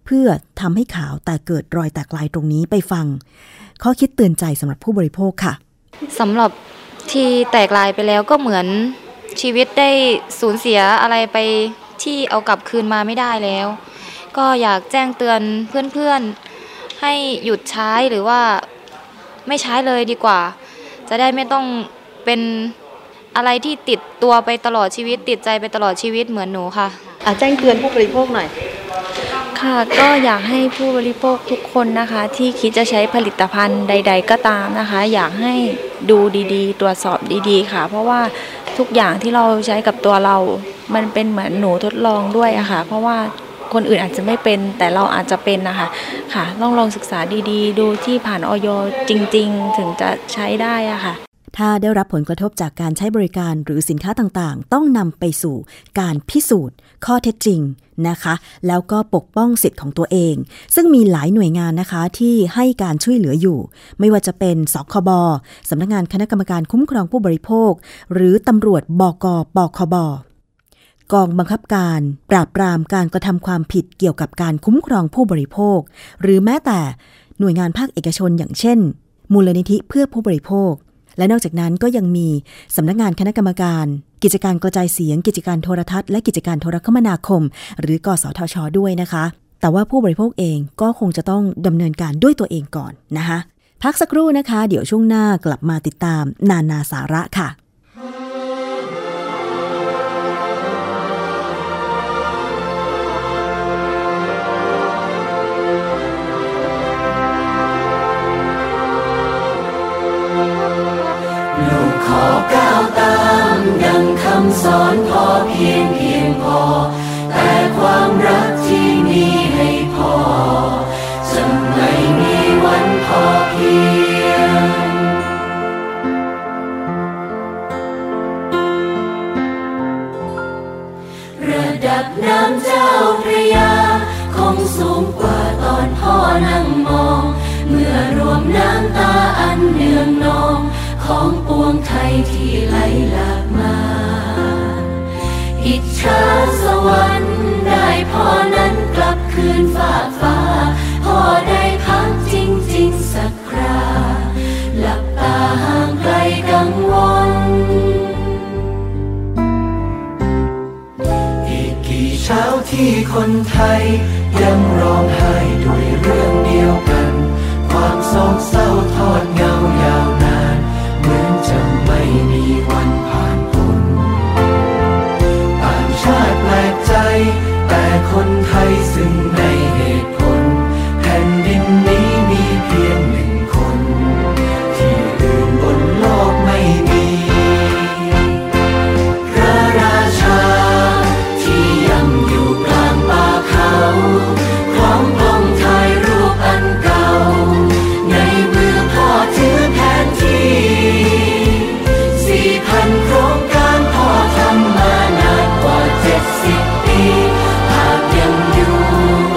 พื่อทำให้ขาวแต่เกิดรอยแตกลายตรงนี้ไปฟังข้อคิดเตือนใจสำหรับผู้บริโภคค่ะสำหรับที่แตกลายไปแล้วก็เหมือนชีวิตได้สูญเสียอะไรไปที่เอากลับคืนมาไม่ได้แล้วก็อยากแจ้งเตือนเพื่อนๆให้หยุดใช้หรือว่าไม่ใช้เลยดีกว่าจะได้ไม่ต้องเป็นอะไรที่ติดตัวไปตลอดชีวิตติดใจไปตลอดชีวิตเหมือนหนูค่ะอ่ะแจ้งเตือนผู้บริโภคหน่อยค่ะก็อยากให้ผู้บริโภคทุกคนนะคะที่คิดจะใช้ผลิตภัณฑ์ใดๆก็ตามนะคะอยากให้ดูดีๆตรวจสอบดีๆค่ะเพราะว่าทุกอย่างที่เราใช้กับตัวเรามันเป็นเหมือนหนูทดลองด้วยอะค่ะเพราะว่าคนอื่นอาจจะไม่เป็นแต่เราอาจจะเป็นนะคะค่ะต้องลองศึกษาดีๆดูที่ผ่านอย.จริงๆถึงจะใช้ได้อะค่ะถ้าได้รับผลกระทบจากการใช้บริการหรือสินค้าต่างๆต้องนำไปสู่การพิสูจน์ข้อเท็จจริงนะคะแล้วก็ปกป้องสิทธิ์ของตัวเองซึ่งมีหลายหน่วยงานนะคะที่ให้การช่วยเหลืออยู่ไม่ว่าจะเป็นสคบ.สำนักงานคณะกรรมการคุ้มครองผู้บริโภคหรือตำรวจบก.ปคบ.กองบังคับการปราบปรามการกระทำความผิดเกี่ยวกับการคุ้มครองผู้บริโภคหรือแม้แต่หน่วยงานภาคเอกชนอย่างเช่นมูลนิธิเพื่อผู้บริโภคและนอกจากนั้นก็ยังมีสำนักงานคณะกรรมการกิจการกระจายเสียงกิจการโทรทัศน์และกิจการโทรคมนาคมหรือกสทช.ด้วยนะคะแต่ว่าผู้บริโภคเองก็คงจะต้องดำเนินการด้วยตัวเองก่อนนะคะพักสักครู่นะคะเดี๋ยวช่วงหน้ากลับมาติดตามนานาสาระค่ะขอก้าวตามดังคำสอนพอเพียงเพียงพอแต่ความรักที่มีให้พอจะไม่มีวันพอเพียงระดับน้ำเจ้าพระยาคงสูงกว่าตอนพ่อนั่งมองเมื่อรวมน้ำตาอันเนืองนองของปวงไทยที่ไหลหลากมาอิจฉาสวรรค์ได้พ่อนั้นกลับคืนฝากฟ้าพ่อได้พักจริงๆสักคราหลับตาห่างไกลกังวลอีกกี่เช้าที่คนไทยยังร้องไห้ด้วยเรื่องเดียวกันความโศกเศร้าทอดเงายาวนานเหมือนจะไม่มีวันผ่านพ้นต่างชาติแปลกใจแต่คนไทยซึ่งในเหตุผลแผ่นดินนี้มีเพียงหนึ่งคนที่อื่นบนโลกไม่มีพระราชาที่ยังอยู่กลางป่าเขาคล้องกล้องถ่ายรูปอันเก่าในมือพ่อถือแผนที่สี่พันโครงการพ่อทำมานานกว่าเจ็ดสิบปีหากยังอยู่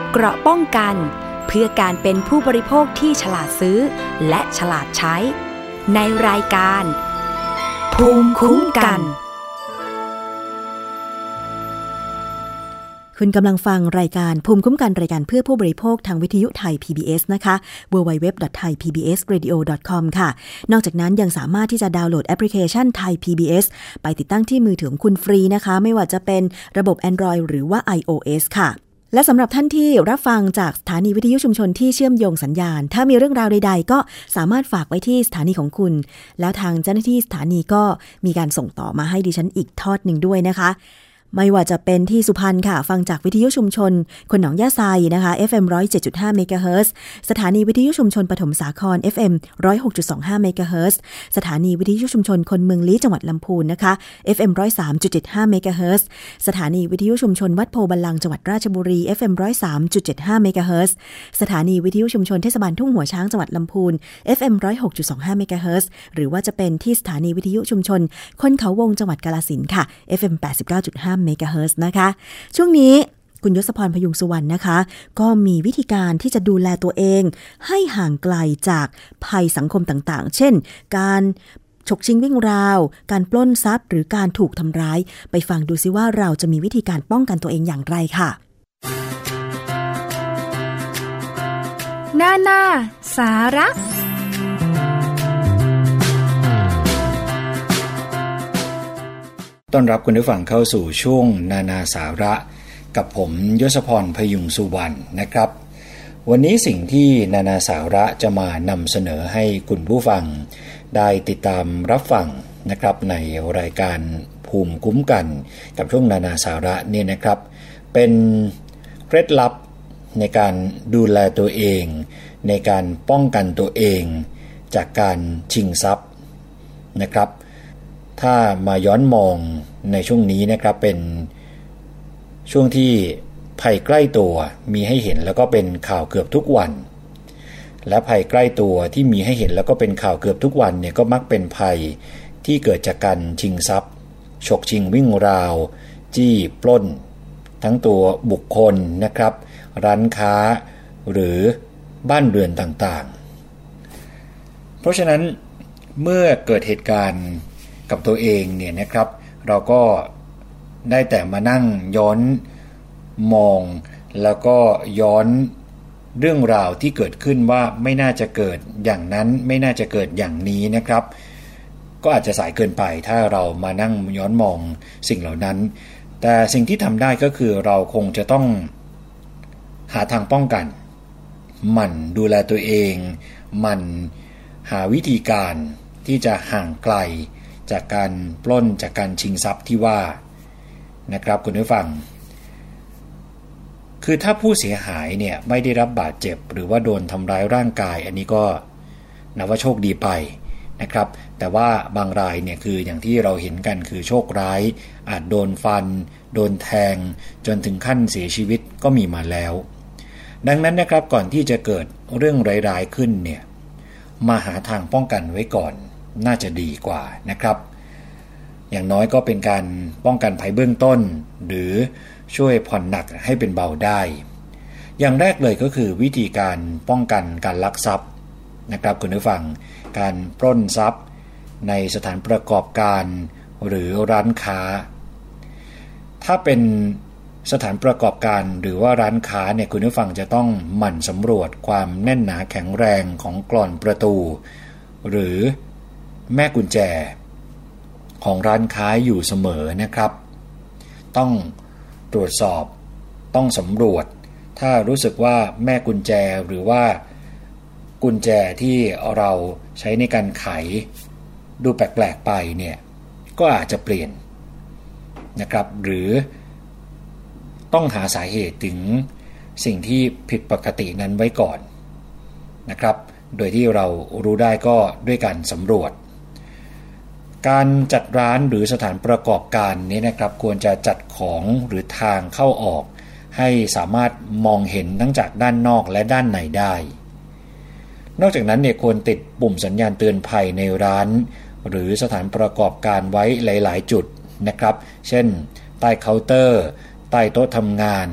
เกราะป้องกันเพื่อการเป็นผู้บริโภคที่ฉลาดซื้อและฉลาดใช้ในรายการภูมิคุ้มกันคุณกำลังฟังรายการภูมิคุ้มกันรายการเพื่อผู้บริโภคทางวิทยุไทย พี บี เอส นะคะ ดับเบิลยู ดับเบิลยู ดับเบิลยู ดอท ไทย พี บี เอส เรดิโอ ดอท คอม ค่ะนอกจากนั้นยังสามารถที่จะดาวน์โหลดแอปพลิเคชันไทย พี บี เอส ไปติดตั้งที่มือถือของคุณฟรีนะคะไม่ว่าจะเป็นระบบ Android หรือว่า iOS ค่ะและสำหรับท่านที่รับฟังจากสถานีวิทยุชุมชนที่เชื่อมโยงสัญญาณถ้ามีเรื่องราวใดๆก็สามารถฝากไว้ที่สถานีของคุณแล้วทางเจ้าหน้าที่สถานีก็มีการส่งต่อมาให้ดิฉันอีกทอดหนึ่งด้วยนะคะไม่ว่าจะเป็นที่สุพรรณค่ะฟังจากวิทยุชุมชนคนหนองยาไซนะคะ เอฟ เอ็ม หนึ่งร้อยเจ็ดจุดห้า เมกะเฮิรตซ์สถานีวิทยุชุมชนปฐมสาคร เอฟ เอ็ม หนึ่งร้อยหกจุดสองห้า เมกะเฮิรตซ์สถานีวิทยุชุมชนคนเมืองลี้จังหวัดลำพูนนะคะ เอฟ เอ็ม หนึ่งร้อยสามจุดเจ็ดห้า เมกะเฮิรตซ์สถานีวิทยุชุมชนวัดโพบัลลังก์จังหวัดราชบุรี เอฟ เอ็ม หนึ่งร้อยสามจุดเจ็ดห้า เมกะเฮิรตซ์สถานีวิทยุชุมชนเทศบาลทุ่งหัวช้างจังหวัดลำพูน เอฟ เอ็ม หนึ่งร้อยหกจุดสองห้า เมกะเฮิรตซ์หรือว่าจะเป็นที่สถานีวิทยุชุมชนคนเขาวงจังหวัดกาฬสินธุ์ค่ะ เอฟ เอ็ม แปดสิบเก้าจุดห้า เมกะเฮิรตซ์นะคะช่วงนี้คุณยศพรพยุงสุวรรณนะคะก็มีวิธีการที่จะดูแลตัวเองให้ห่างไกลจากภัยสังคมต่างๆเช่นการฉกชิงวิ่งราวการปล้นทรัพย์หรือการถูกทำร้ายไปฟังดูซิว่าเราจะมีวิธีการป้องกันตัวเองอย่างไรค่ะนานาสาระต้อนรับคุณผู้ฟังเข้าสู่ช่วงนานาสาระกับผมยศพรพยุงสุวรรณนะครับวันนี้สิ่งที่นานาสาระจะมานำเสนอให้คุณผู้ฟังได้ติดตามรับฟังนะครับในรายการภูมิคุ้มกันกับช่วงนานาสาระเนี่ยนะครับเป็นเคล็ดลับในการดูแลตัวเองในการป้องกันตัวเองจากการชิงทรัพย์นะครับถ้ามาย้อนมองในช่วงนี้นะครับเป็นช่วงที่ภัยใกล้ตัวมีให้เห็นแล้วก็เป็นข่าวเกือบทุกวันและภัยใกล้ตัวที่มีให้เห็นแล้วก็เป็นข่าวเกือบทุกวันเนี่ยก็มักเป็นภัยที่เกิดจากการชิงทรัพย์ฉกชิงวิ่งราวจี้ปล้นทั้งตัวบุคคลนะครับร้านค้าหรือบ้านเรือนต่างๆเพราะฉะนั้นเมื่อเกิดเหตุการณ์กับตัวเองเนี่ยนะครับเราก็ได้แต่มานั่งย้อนมองแล้วก็ย้อนเรื่องราวที่เกิดขึ้นว่าไม่น่าจะเกิดอย่างนั้นไม่น่าจะเกิดอย่างนี้นะครับก็อาจจะสายเกินไปถ้าเรามานั่งย้อนมองสิ่งเหล่านั้นแต่สิ่งที่ทำได้ก็คือเราคงจะต้องหาทางป้องกันหมั่นดูแลตัวเองหมั่นหาวิธีการที่จะห่างไกลจากการปล้นจากการชิงทรัพย์ที่ว่านะครับคุณผู้ฟังคือถ้าผู้เสียหายเนี่ยไม่ได้รับบาดเจ็บหรือว่าโดนทำร้ายร่างกายอันนี้ก็นับว่าโชคดีไปนะครับแต่ว่าบางรายเนี่ยคืออย่างที่เราเห็นกันคือโชคร้ายอาจโดนฟันโดนแทงจนถึงขั้นเสียชีวิตก็มีมาแล้วดังนั้นนะครับก่อนที่จะเกิดเรื่องร้ายๆขึ้นเนี่ยมาหาทางป้องกันไว้ก่อนน่าจะดีกว่านะครับอย่างน้อยก็เป็นการป้องกันภัยเบื้องต้นหรือช่วยผ่อนหนักให้เป็นเบาได้อย่างแรกเลยก็คือวิธีการป้องกันการลักทรัพย์นะครับคุณผู้ฟังการปล้นทรัพย์ในสถานประกอบการหรือร้านค้าถ้าเป็นสถานประกอบการหรือว่าร้านค้าเนี่ยคุณผู้ฟังจะต้องหมั่นสำรวจความแน่นหนาแข็งแรงของกลอนประตูหรือแม่กุญแจของร้านค้าอยู่เสมอนะครับต้องตรวจสอบต้องสำรวจถ้ารู้สึกว่าแม่กุญแจหรือว่ากุญแจที่เราใช้ในการไขดูแปลกๆไปเนี่ยก็อาจจะเปลี่ยนนะครับหรือต้องหาสาเหตุถึงสิ่งที่ผิดปกตินั้นไว้ก่อนนะครับโดยที่เรารู้ได้ก็ด้วยการสำรวจการจัดร้านหรือสถานประกอบการนี้นะครับควรจะจัดของหรือทางเข้าออกให้สามารถมองเห็นทั้งจากด้านนอกและด้านในได้นอกจากนั้นเนี่ยควรติดปุ่มสัญญาณเตือนภัยในร้านหรือสถานประกอบการไว้หลายๆจุดนะครับเช่นใต้เคาน์เตอร์ใต้โต๊ะทำงาน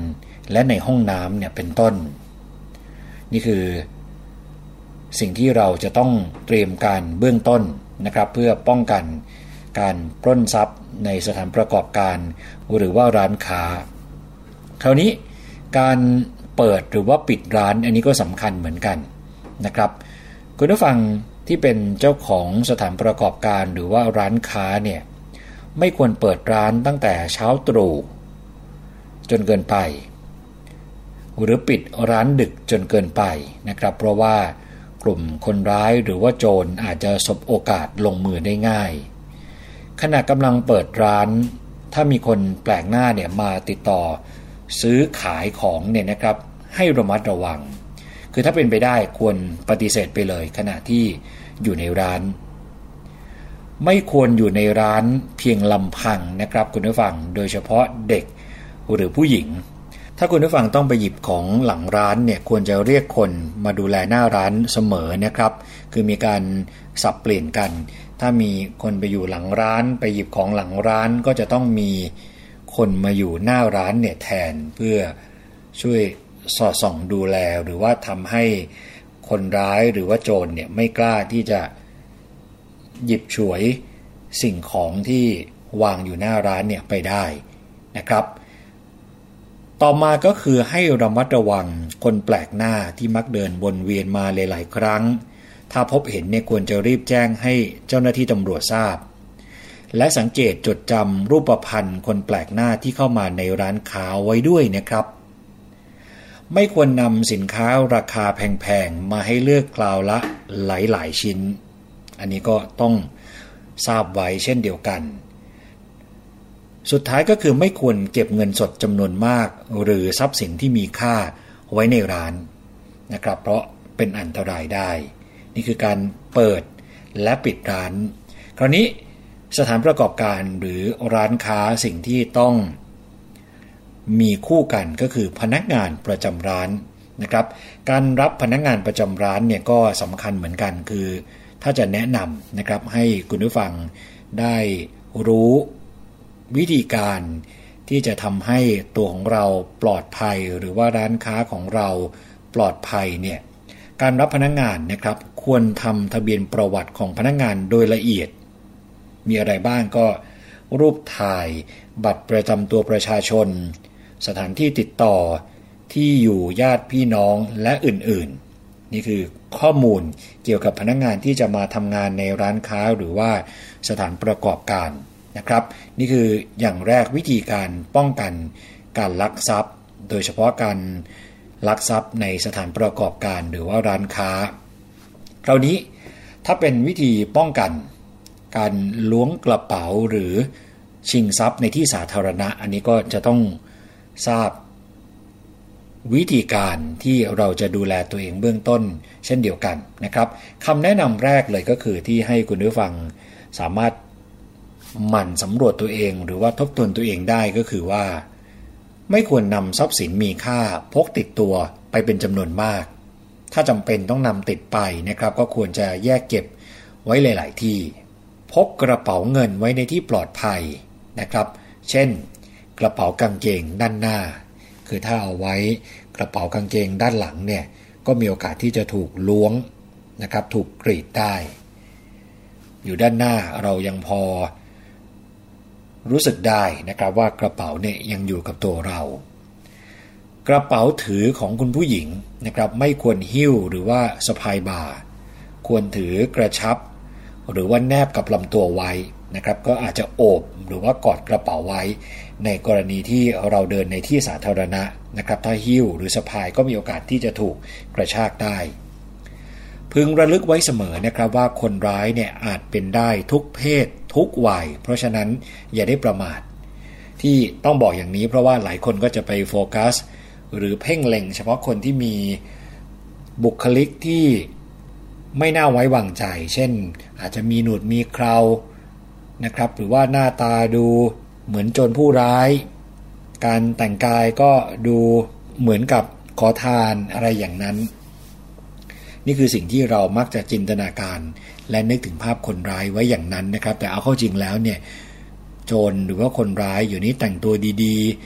และในห้องน้ำเนี่ยเป็นต้นนี่คือสิ่งที่เราจะต้องเตรียมการเบื้องต้นนะครับเพื่อป้องกันการปล้นทรัพย์ในสถานประกอบการหรือว่าร้านค้าคราวนี้การเปิดหรือว่าปิดร้านอันนี้ก็สำคัญเหมือนกันนะครับคุณผู้ฟังที่เป็นเจ้าของสถานประกอบการหรือว่าร้านค้าเนี่ยไม่ควรเปิดร้านตั้งแต่เช้าตรู่จนเกินไปหรือปิดร้านดึกจนเกินไปนะครับเพราะว่ากลุ่มคนร้ายหรือว่าโจรอาจจะสบโอกาสลงมือได้ง่ายขณะกำลังเปิดร้านถ้ามีคนแปลกหน้าเนี่ยมาติดต่อซื้อขายของเนี่ยนะครับให้ระมัดระวังคือถ้าเป็นไปได้ควรปฏิเสธไปเลยขณะที่อยู่ในร้านไม่ควรอยู่ในร้านเพียงลำพังนะครับคุณผู้ฟังโดยเฉพาะเด็กหรือผู้หญิงถ้าคุณผู้ฟังต้องไปหยิบของหลังร้านเนี่ยควรจะเรียกคนมาดูแลหน้าร้านเสมอนะครับคือมีการสับเปลี่ยนกันถ้ามีคนไปอยู่หลังร้านไปหยิบของหลังร้านก็จะต้องมีคนมาอยู่หน้าร้านเนี่ยแทนเพื่อช่วยสอดส่องดูแลหรือว่าทำให้คนร้ายหรือว่าโจรเนี่ยไม่กล้าที่จะหยิบฉวยสิ่งของที่วางอยู่หน้าร้านเนี่ยไปได้นะครับต่อมาก็คือให้ระมัดระวังคนแปลกหน้าที่มักเดินวนเวียนมาหลายๆครั้งถ้าพบเห็นเนี่ยควรจะรีบแจ้งให้เจ้าหน้าที่ตำรวจทราบและสังเกตจดจำรูปพรรณคนแปลกหน้าที่เข้ามาในร้านค้าไว้ด้วยนะครับไม่ควรนำสินค้าราคาแพงๆมาให้เลือกคราวละหลายๆชิ้นอันนี้ก็ต้องทราบไว้เช่นเดียวกันสุดท้ายก็คือไม่ควรเก็บเงินสดจำนวนมากหรือทรัพย์สินที่มีค่าไว้ในร้านนะครับเพราะเป็นอันตรายได้นี่คือการเปิดและปิดร้านคราวนี้สถานประกอบการหรือร้านค้าสิ่งที่ต้องมีคู่กันก็คือพนักงานประจำร้านนะครับการรับพนักงานประจำร้านเนี่ยก็สำคัญเหมือนกันคือถ้าจะแนะนำนะครับให้คุณผู้ฟังได้รู้วิธีการที่จะทำให้ตัวของเราปลอดภัยหรือว่าร้านค้าของเราปลอดภัยเนี่ยการรับพนักงานนะครับควรทำทะเบียนประวัติของพนักงานโดยละเอียดมีอะไรบ้างก็รูปถ่ายบัตรประจำตัวประชาชนสถานที่ติดต่อที่อยู่ญาติพี่น้องและอื่นๆนี่คือข้อมูลเกี่ยวกับพนักงานที่จะมาทำงานในร้านค้าหรือว่าสถานประกอบการนะครับนี่คืออย่างแรกวิธีการป้องกันการลักทรัพย์โดยเฉพาะการลักทรัพย์ในสถานประกอบการหรือว่าร้านค้าคราวนี้ถ้าเป็นวิธีป้องกันการล้วงกระเป๋าหรือชิงทรัพย์ในที่สาธารณะอันนี้ก็จะต้องทราบวิธีการที่เราจะดูแลตัวเองเบื้องต้นเช่นเดียวกันนะครับคำแนะนำแรกเลยก็คือที่ให้คุณผู้ฟังสามารถหมั่นสำรวจตัวเองหรือว่าทบทวนตัวเองได้ก็คือว่าไม่ควรนำทรัพย์สินมีค่าพกติดตัวไปเป็นจำนวนมากถ้าจำเป็นต้องนำติดไปนะครับก็ควรจะแยกเก็บไว้หลายๆที่พกกระเป๋าเงินไว้ในที่ปลอดภัยนะครับเช่นกระเป๋ากางเกงด้านหน้าคือถ้าเอาไว้กระเป๋ากางเกงด้านหลังเนี่ยก็มีโอกาสที่จะถูกล้วงนะครับถูกกรีดได้อยู่ด้านหน้าเรายังพอรู้สึกได้นะครับว่ากระเป๋าเนี่ยยังอยู่กับตัวเรากระเป๋าถือของคุณผู้หญิงนะครับไม่ควรหิ้วหรือว่าสะพายบ่าควรถือกระชับหรือว่าแนบกับลำตัวไว้นะครับก็อาจจะโอบหรือว่ากอดกระเป๋าไว้ในกรณีที่เราเดินในที่สาธารณะนะครับถ้าหิ้วหรือสะพายก็มีโอกาสที่จะถูกกระชากได้พึงระลึกไว้เสมอนะครับว่าคนร้ายเนี่ยอาจเป็นได้ทุกเพศทุกวัยเพราะฉะนั้นอย่าได้ประมาทที่ต้องบอกอย่างนี้เพราะว่าหลายคนก็จะไปโฟกัสหรือเพ่งเล็งเฉพาะคนที่มีบุคลิกที่ไม่น่าไว้วางใจเช่นอาจจะมีหนวดมีเครานะครับหรือว่าหน้าตาดูเหมือนโจรผู้ร้ายการแต่งกายก็ดูเหมือนกับขอทานอะไรอย่างนั้นนี่คือสิ่งที่เรามักจะจินตนาการและนึกถึงภาพคนร้ายไว้อย่างนั้นนะครับแต่เอาเข้าจริงแล้วเนี่ยโจรหรือว่าคนร้ายอยู่นี้แต่งตัวดีๆ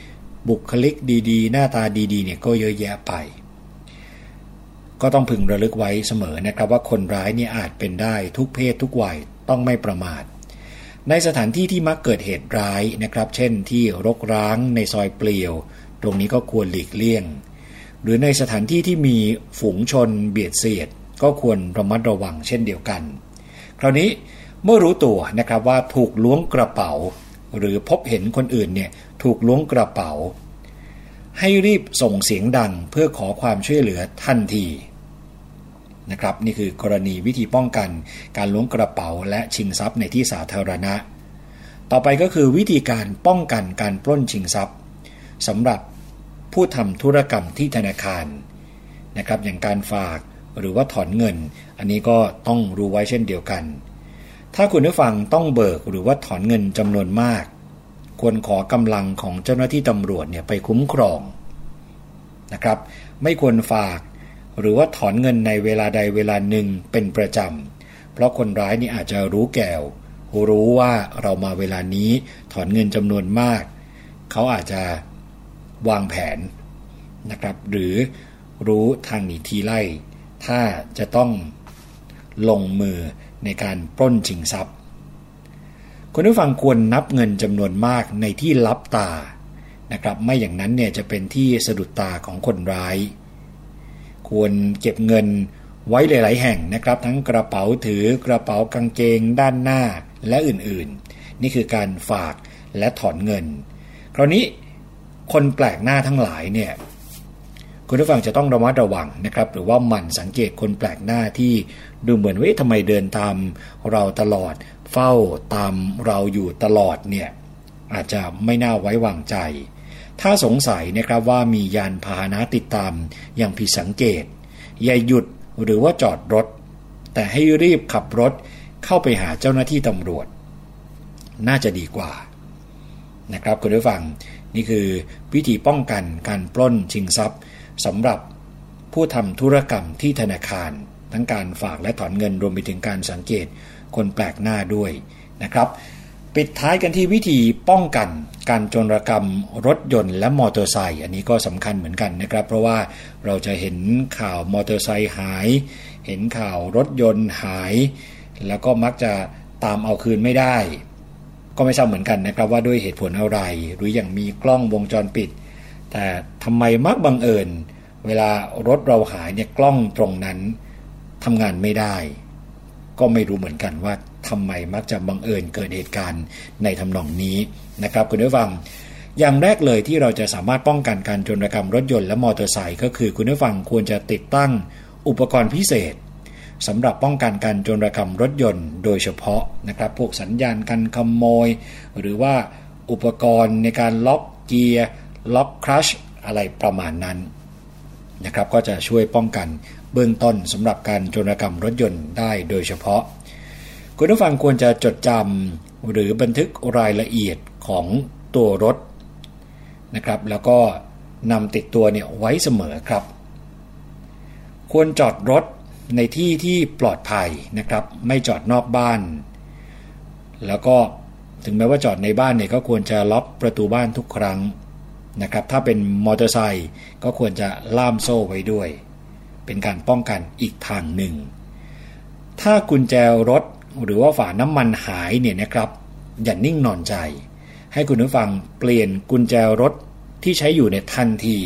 บุคลิกดีๆหน้าตาดีๆเนี่ยก็เยอะแยะไปก็ต้องพึงระลึกไว้เสมอนะครับว่าคนร้ายเนี่ยอาจเป็นได้ทุกเพศทุกวัยต้องไม่ประมาทในสถานที่ที่มักเกิดเหตุร้ายนะครับเช่นที่รกร้างในซอยเปลี่ยวตรงนี้ก็ควรหลีกเลี่ยงหรือในสถานที่ที่มีฝูงชนเบียดเสียดก็ควรระมัดระวังเช่นเดียวกันคราวนี้เมื่อรู้ตัวนะครับว่าถูกล้วงกระเป๋าหรือพบเห็นคนอื่นเนี่ยถูกล้วงกระเป๋าให้รีบส่งเสียงดังเพื่อขอความช่วยเหลือทันทีนะครับนี่คือกรณีวิธีป้องกันการล้วงกระเป๋าและชิงทรัพย์ในที่สาธารณะต่อไปก็คือวิธีการป้องกันการปล้นชิงทรัพย์สำหรับผู้ทำธุรกรรมที่ธนาคารนะครับอย่างการฝากหรือว่าถอนเงินอันนี้ก็ต้องรู้ไว้เช่นเดียวกันถ้าคุณผู้ฟังต้องเบิกหรือว่าถอนเงินจำนวนมากควรขอกำลังของเจ้าหน้าที่ตำรวจเนี่ยไปคุ้มครองนะครับไม่ควรฝากหรือว่าถอนเงินในเวลาใดเวลาหนึ่งเป็นประจำเพราะคนร้ายนี่อาจจะรู้แก่วรู้ว่าเรามาเวลานี้ถอนเงินจำนวนมากเขาอาจจะวางแผนนะครับหรือรู้ทางหนีทีไล่ถ้าจะต้องลงมือในการปล้นชิงทรัพย์คุณผู้ฟังควรนับเงินจำนวนมากในที่ลับตานะครับไม่อย่างนั้นเนี่ยจะเป็นที่สะดุดตาของคนร้ายควรเก็บเงินไว้หลายๆแห่งนะครับทั้งกระเป๋าถือกระเป๋ากางเกงด้านหน้าและอื่นๆนี่คือการฝากและถอนเงินคราวนี้คนแปลกหน้าทั้งหลายเนี่ยคุณผู้ฟังจะต้องระมัดระวังนะครับหรือว่าหมั่นสังเกตคนแปลกหน้าที่ดูเหมือนว่าทำไมเดินตามเราตลอดเฝ้าตามเราอยู่ตลอดเนี่ยอาจจะไม่น่าไว้วางใจถ้าสงสัยนะครับว่ามียานพาหนะติดตามอย่างผิดสังเกตอย่าหยุดหรือว่าจอดรถแต่ให้รีบขับรถเข้าไปหาเจ้าหน้าที่ตำรวจน่าจะดีกว่านะครับคุณผู้ฟังนี่คือวิธีป้องกันการปล้นชิงทรัพย์สำหรับผู้ทำธุรกรรมที่ธนาคารทั้งการฝากและถอนเงินรวมไปถึงการสังเกตคนแปลกหน้าด้วยนะครับปิดท้ายกันที่วิธีป้องกันการโจรกรรมรถยนต์และมอเตอร์ไซค์อันนี้ก็สำคัญเหมือนกันนะครับเพราะว่าเราจะเห็นข่าวมอเตอร์ไซค์หายเห็นข่าวรถยนต์หายแล้วก็มักจะตามเอาคืนไม่ได้ก็ไม่ทราบเหมือนกันนะครับว่าด้วยเหตุผลอะไรหรืออย่างมีกล้องวงจรปิดแต่ทำไมมักบังเอิญเวลารถเราหายเนี่ยกล้องตรงนั้นทำงานไม่ได้ก็ไม่รู้เหมือนกันว่าทำไมมักจะบังเอิญเกิดเหตุการณ์ในทำนองนี้นะครับคุณผู้ฟังอย่างแรกเลยที่เราจะสามารถป้องกันการโจรกรรมรถยนต์และมอเตอร์ไซค์ก็คือคุณผู้ฟังควรจะติดตั้งอุปกรณ์พิเศษสำหรับป้องกันการโจรกรรมรถยนต์โดยเฉพาะนะครับพวกสัญญาณกันขโมยหรือว่าอุปกรณ์ในการล็อกเกียร์ล็อกคลัตช์อะไรประมาณนั้นนะครับก็จะช่วยป้องกันเบื้องต้นสำหรับการโจรกรรมรถยนต์ได้โดยเฉพาะคุณผู้ฟังควรจะจดจำหรือบันทึกรายละเอียดของตัวรถนะครับแล้วก็นำติดตัวเนี่ยไว้เสมอครับควรจอดรถในที่ที่ปลอดภัยนะครับไม่จอดนอกบ้านแล้วก็ถึงแม้ว่าจอดในบ้านเนี่ยก็ควรจะล็อกประตูบ้านทุกครั้งนะครับถ้าเป็นมอเตอร์ไซค์ก็ควรจะล่ามโซ่ไว้ด้วยเป็นการป้องกันอีกทางหนึ่งถ้ากุญแจรถหรือว่าฝาน้ำมันหายเนี่ยนะครับอย่านิ่งนอนใจให้คุณผู้ฟังเปลี่ยนกุญแจรถที่ใช้อยู่ในทันที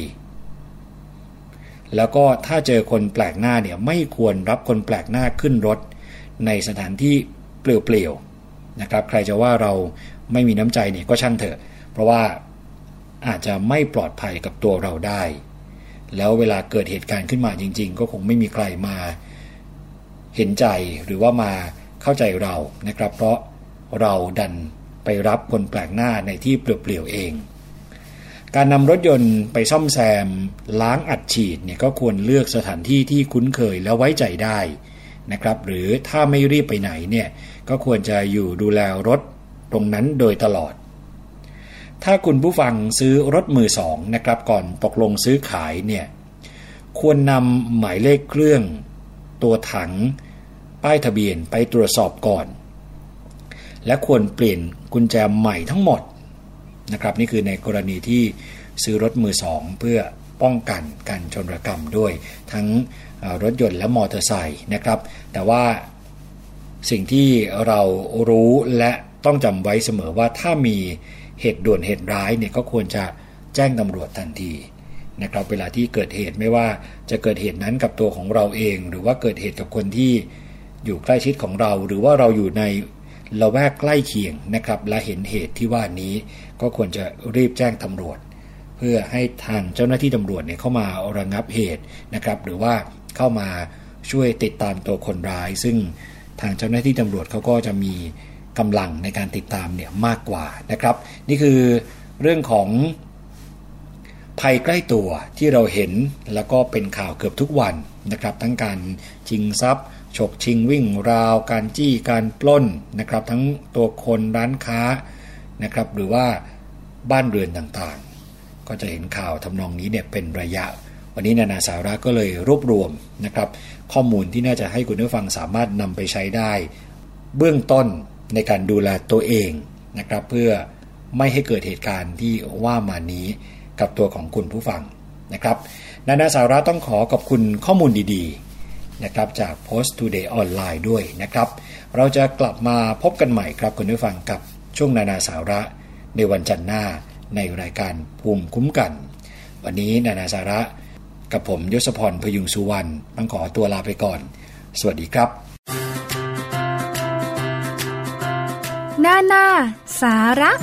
แล้วก็ถ้าเจอคนแปลกหน้าเนี่ยไม่ควรรับคนแปลกหน้าขึ้นรถในสถานที่เปลี่ยวๆนะครับใครจะว่าเราไม่มีน้ำใจเนี่ยก็ช่างเถอะเพราะว่าอาจจะไม่ปลอดภัยกับตัวเราได้แล้วเวลาเกิดเหตุการณ์ขึ้นมาจริงๆก็คงไม่มีใครมาเห็นใจหรือว่ามาเข้าใจเรานะครับเพราะเราดันไปรับคนแปลกหน้าในที่เปลี่ยวๆเองการนำรถยนต์ไปซ่อมแซมล้างอัดฉีดเนี่ยก็ควรเลือกสถานที่ที่คุ้นเคยและไว้ใจได้นะครับหรือถ้าไม่รีบไปไหนเนี่ยก็ควรจะอยู่ดูแลรถตรงนั้นโดยตลอดถ้าคุณผู้ฟังซื้อรถมือสองนะครับก่อนตกลงซื้อขายเนี่ยควรนำหมายเลขเครื่องตัวถังป้ายทะเบียนไปตรวจสอบก่อนและควรเปลี่ยนกุญแจใหม่ทั้งหมดนะครับนี่คือในกรณีที่ซื้อรถมือสองเพื่อป้องกันการโจรกรรมด้วยทั้งรถยนต์และมอเตอร์ไซค์นะครับแต่ว่าสิ่งที่เรารู้และต้องจำไว้เสมอว่าถ้ามีเหตุด่วนเหตุร้ายเนี่ยก็ควรจะแจ้งตำรวจทันทีนะครับเวลาที่เกิดเหตุไม่ว่าจะเกิดเหตุนั้นกับตัวของเราเองหรือว่าเกิดเหตุกับคนที่อยู่ใกล้ชิดของเราหรือว่าเราอยู่ในละแวกใกล้เคียงนะครับและเห็นเหตุที่ว่านี้ก็ควรจะรีบแจ้งตำรวจเพื่อให้ทางเจ้าหน้าที่ตำรวจเนี่ยเข้ามาระงับเหตุนะครับหรือว่าเข้ามาช่วยติดตามตัวคนร้ายซึ่งทางเจ้าหน้าที่ตำรวจเขาก็จะมีกำลังในการติดตามเนี่ยมากกว่านะครับนี่คือเรื่องของภัยใกล้ตัวที่เราเห็นแล้วก็เป็นข่าวเกือบทุกวันนะครับทั้งการชิงทรัพย์ฉกชิงวิ่งราวการจี้การปล้นนะครับทั้งตัวคนร้านค้านะครับหรือว่าบ้านเรือนต่างๆก็จะเห็นข่าวทำนองนี้เนี่ยเป็นระยะวันนี้นานาสาระก็เลยรวบรวมนะครับข้อมูลที่น่าจะให้คุณผู้ฟังสามารถนำไปใช้ได้เบื้องต้นในการดูแลตัวเองนะครับเพื่อไม่ให้เกิดเหตุการณ์ที่ว่ามานี้กับตัวของคุณผู้ฟังนะครับนานาสาระต้องขอขอบคุณข้อมูลดีๆนะครับจาก Post Today ออนไลน์ด้วยนะครับเราจะกลับมาพบกันใหม่ครับคุณผู้ฟังกับช่วงนานาสาระในวันจันทร์หน้าในรายการภูมิคุ้มกันวันนี้นานาสาระกับผมยศพรพยุงสุวรรณต้องขอตัวลาไปก่อนสวัสดีครับนานาสาระ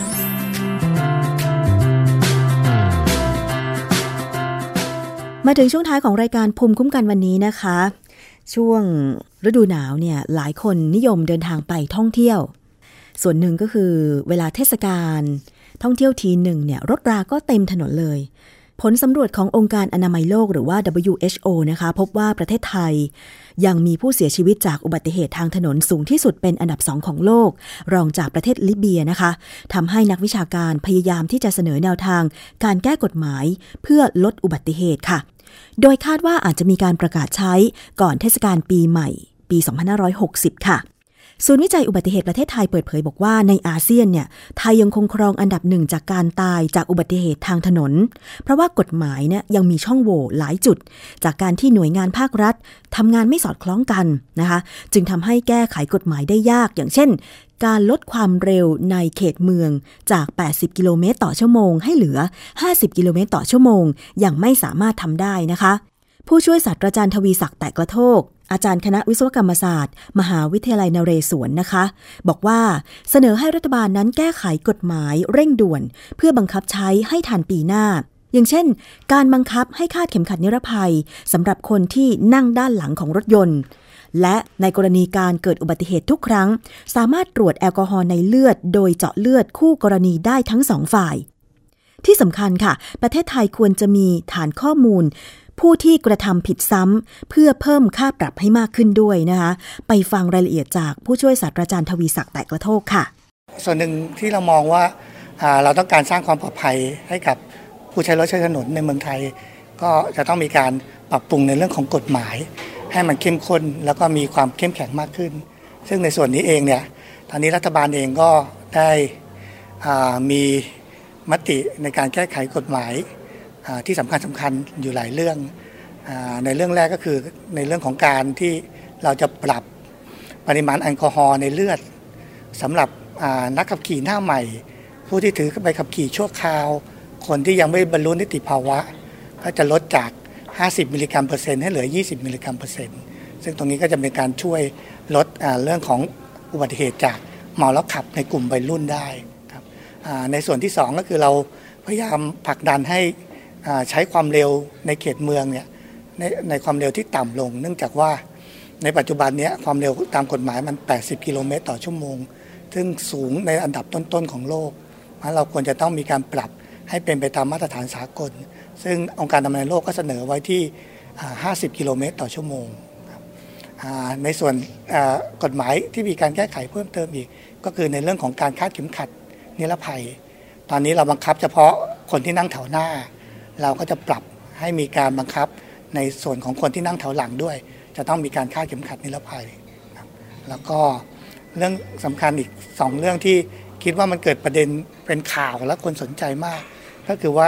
มาถึงช่วงท้ายของรายการภูมิคุ้มกันวันนี้นะคะช่วงฤดูหนาวเนี่ยหลายคนนิยมเดินทางไปท่องเที่ยวส่วนหนึ่งก็คือเวลาเทศกาลท่องเที่ยวทีหนึ่งเนี่ยรถราก็เต็มถนนเลยผลสำรวจขององค์การอนามัยโลกหรือว่า ดับเบิลยู เอช โอ นะคะพบว่าประเทศไทยยังมีผู้เสียชีวิตจากอุบัติเหตุทางถนนสูงที่สุดเป็นอันดับสองของโลกรองจากประเทศลิเบียนะคะทำให้นักวิชาการพยายามที่จะเสนอแนวทางการแก้กฎหมายเพื่อลดอุบัติเหตุค่ะโดยคาดว่าอาจจะมีการประกาศใช้ก่อนเทศกาลปีใหม่ปีสองพันห้าร้อยหกสิบค่ะศูนย์วิจัยอุบัติเหตุประเทศไทยเปิดเผยบอกว่าในอาเซียนเนี่ยไทยยังคงครองอันดับหนึ่งจากการตายจากอุบัติเหตุทางถนนเพราะว่ากฎหมายเนี่ยยังมีช่องโหว่หลายจุดจากการที่หน่วยงานภาครัฐทำงานไม่สอดคล้องกันนะคะจึงทำให้แก้ไขกฎหมายได้ยากอย่างเช่นการลดความเร็วในเขตเมืองจากแปดสิบกิโลเมตรต่อชั่วโมงให้เหลือห้าสิบกิโลเมตรต่อชั่วโมงยังไม่สามารถทำได้นะคะผู้ช่วยศาสตราจารย์ทวีศักดิ์แตกกระโทกอาจารย์คณะวิศวกรรมศาสตร์มหาวิทยาลัยนเรศวรนะคะบอกว่าเสนอให้รัฐบาลนั้นแก้ไขกฎหมายเร่งด่วนเพื่อบังคับใช้ให้ทันปีหน้าอย่างเช่นการบังคับให้คาดเข็มขัดนิรภัยสำหรับคนที่นั่งด้านหลังของรถยนต์และในกรณีการเกิดอุบัติเหตุทุกครั้งสามารถตรวจแอลกอฮอล์ในเลือดโดยเจาะเลือดคู่กรณีได้ทั้งสองฝ่ายที่สำคัญค่ะประเทศไทยควรจะมีฐานข้อมูลผู้ที่กระทำผิดซ้ำเพื่อเพิ่มค่าปรับให้มากขึ้นด้วยนะคะไปฟังรายละเอียดจากผู้ช่วยศาสตราจารย์ทวีศักดิ์แตกกระโทกค่ะส่วนหนึ่งที่เรามองว่าเราต้องการสร้างความปลอดภัยให้กับผู้ใช้รถใช้ถนนในเมืองไทยก็จะต้องมีการปรับปรุงในเรื่องของกฎหมายให้มันเข้มข้นแล้วก็มีความเข้มแข็งมากขึ้นซึ่งในส่วนนี้เองเนี่ยตอนนี้รัฐบาลเองก็ได้มีมติในการแก้ไขกฎหมายที่สำคัญสำคัญอยู่หลายเรื่องในเรื่องแรกก็คือในเรื่องของการที่เราจะปรับปริมาณแอลกอฮอล์ในเลือดสำหรับนักขับขี่หน้าใหม่ผู้ที่ถือใบขับขี่ชั่วคราวคนที่ยังไม่บรรลุนิติภาวะก็จะลดจากห้าสิบมิลลิกรัมเปอร์เซ็นต์ให้เหลือยี่สิบมิลลิกรัมเปอร์เซ็นต์ซึ่งตรงนี้ก็จะเป็นการช่วยลดเรื่องของอุบัติเหตุจากเมาแล้วขับในกลุ่มวัยรุ่นได้ครับในส่วนที่สองก็คือเราพยายามผลักดันให้ใช้ความเร็วในเขตเมืองเนี่ยในในความเร็วที่ต่ำลงเนื่องจากว่าในปัจจุบันนี้ความเร็วตามกฎหมายมันแปดสิบกิโลเมตรต่อชั่วโมงซึ่งสูงในอันดับต้นๆของโลกเราควรจะต้องมีการปรับให้เป็นไปตามมาตรฐานสากลซึ่งองค์การอนามัยโลกก็เสนอไว้ที่ห้าสิบกิโลเมตรต่อชั่วโมงในส่วนกฎหมายที่มีการแก้ไขเพิ่มเติมอีกก็คือในเรื่องของการคาดเข็มขัดนิรภัยตอนนี้เราบังคับเฉพาะคนที่นั่งแถวหน้าเราก็จะปรับให้มีการบังคับในส่วนของคนที่นั่งแถวหลังด้วยจะต้องมีการคาดเข็มขัดนิรภัยแล้วก็เรื่องสำคัญอีกสองเรื่องที่คิดว่ามันเกิดประเด็นเป็นข่าวและคนสนใจมากก็คือว่า